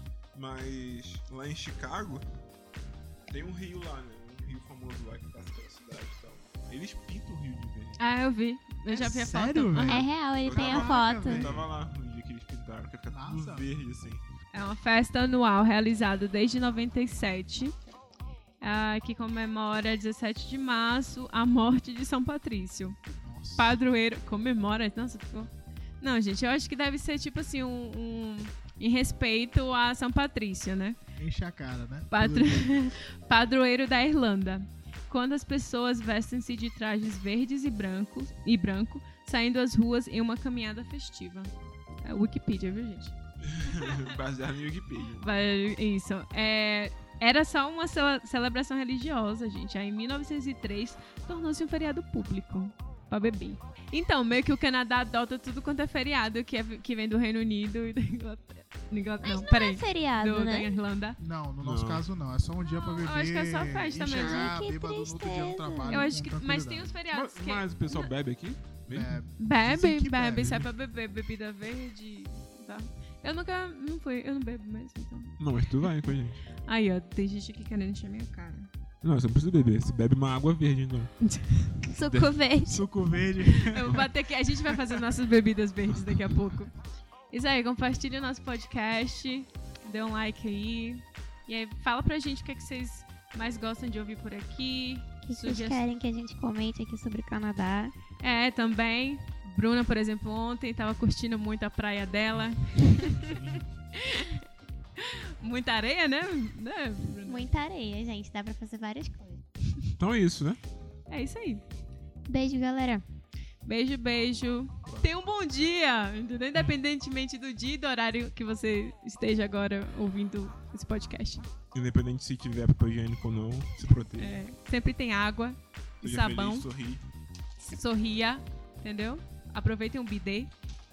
Speaker 3: Mas lá em Chicago tem um rio lá, né? Um rio famoso lá que passa pela cidade e tal. Eles pintam o rio de verde.
Speaker 1: Eu vi. Eu já vi a foto.
Speaker 4: Sério, velho?
Speaker 2: É real, ele
Speaker 3: Eu
Speaker 2: tem a
Speaker 3: tava-
Speaker 2: foto.
Speaker 3: Eu tava lá no dia que eles pintaram, que fica tudo
Speaker 4: Nossa.
Speaker 3: verde assim.
Speaker 1: É uma festa anual realizada desde 97, que comemora 17 de março a morte de São Patrício.
Speaker 4: Nossa.
Speaker 1: Padroeiro. Comemora? Nossa, ficou. Não, gente, eu acho que deve ser tipo assim, em respeito a São Patrício, né?
Speaker 4: Enche a cara, né?
Speaker 1: Padroeiro da Irlanda. Quando as pessoas vestem-se de trajes verdes e branco, saindo às ruas em uma caminhada festiva. É Wikipedia, viu, gente?
Speaker 3: Baseado em Wikipedia.
Speaker 1: Isso. Era só uma celebração religiosa, gente. Aí, em 1903, tornou-se um feriado público pra beber. Então, meio que o Canadá adota tudo quanto é feriado que vem do Reino Unido e da Inglaterra. Não, peraí.
Speaker 2: É feriado,
Speaker 1: Da
Speaker 2: né?
Speaker 1: Irlanda.
Speaker 4: Não, no nosso
Speaker 3: Não.
Speaker 4: caso não. É só um dia pra beber.
Speaker 1: eu acho que é só festa
Speaker 4: e
Speaker 1: mesmo.
Speaker 4: chegar
Speaker 2: Que
Speaker 4: bêbado no outro dia no
Speaker 2: tristeza.
Speaker 4: trabalho.
Speaker 1: Eu acho
Speaker 4: com
Speaker 1: que. Mas
Speaker 4: tranquilidade.
Speaker 1: tem os feriados que.
Speaker 3: Mas o pessoal bebe aqui? Mesmo?
Speaker 4: É, dizem que
Speaker 1: Bebe, sai pra beber. Bebida verde. Tá. Eu nunca. Não fui. Eu não bebo mesmo, então.
Speaker 3: Não, mas tu vai com a gente.
Speaker 1: Aí, ó. Tem gente aqui querendo encher minha cara.
Speaker 3: Não, você não precisa beber. Você bebe uma água verde, então.
Speaker 2: Suco verde.
Speaker 4: suco verde.
Speaker 1: Eu vou bater aqui. A gente vai fazer nossas bebidas verdes daqui a pouco. Isso aí, compartilha o nosso podcast. Dê um like aí. E aí, fala pra gente o que vocês mais gostam de ouvir por aqui.
Speaker 2: O que vocês
Speaker 1: Sugestões.
Speaker 2: querem que a gente comente aqui sobre o Canadá?
Speaker 1: Também. Bruna, por exemplo, ontem tava curtindo muito a praia dela. Muita areia, né? Bruna?
Speaker 2: Muita areia, gente. Dá pra fazer várias coisas.
Speaker 3: Então é isso, né?
Speaker 1: É isso aí.
Speaker 2: Beijo, galera.
Speaker 1: Beijo, beijo. Tenha um bom dia, entendeu? Independentemente do dia e do horário que você esteja agora ouvindo esse podcast.
Speaker 3: Independente se tiver papel higiênico ou não, se proteja.
Speaker 1: Sempre tem água e
Speaker 3: Seja
Speaker 1: sabão.
Speaker 3: feliz, sorri.
Speaker 1: Sorria, entendeu? Aproveitem um bidê.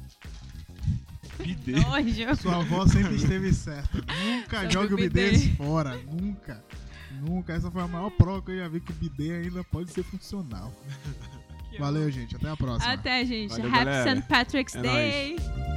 Speaker 3: Bidê.
Speaker 1: Nojo.
Speaker 4: Sua avó sempre esteve certa. Nunca
Speaker 1: Sobre
Speaker 4: jogue
Speaker 1: o
Speaker 4: o bidê
Speaker 1: bidê.
Speaker 4: fora. Nunca. Nunca. Essa foi a maior prova que eu já vi que o bidê ainda pode ser funcional. Valeu, gente. Até a próxima.
Speaker 1: Até, gente.
Speaker 3: Valeu,
Speaker 1: Happy
Speaker 3: galera.
Speaker 1: St. Patrick's
Speaker 3: É
Speaker 1: Day.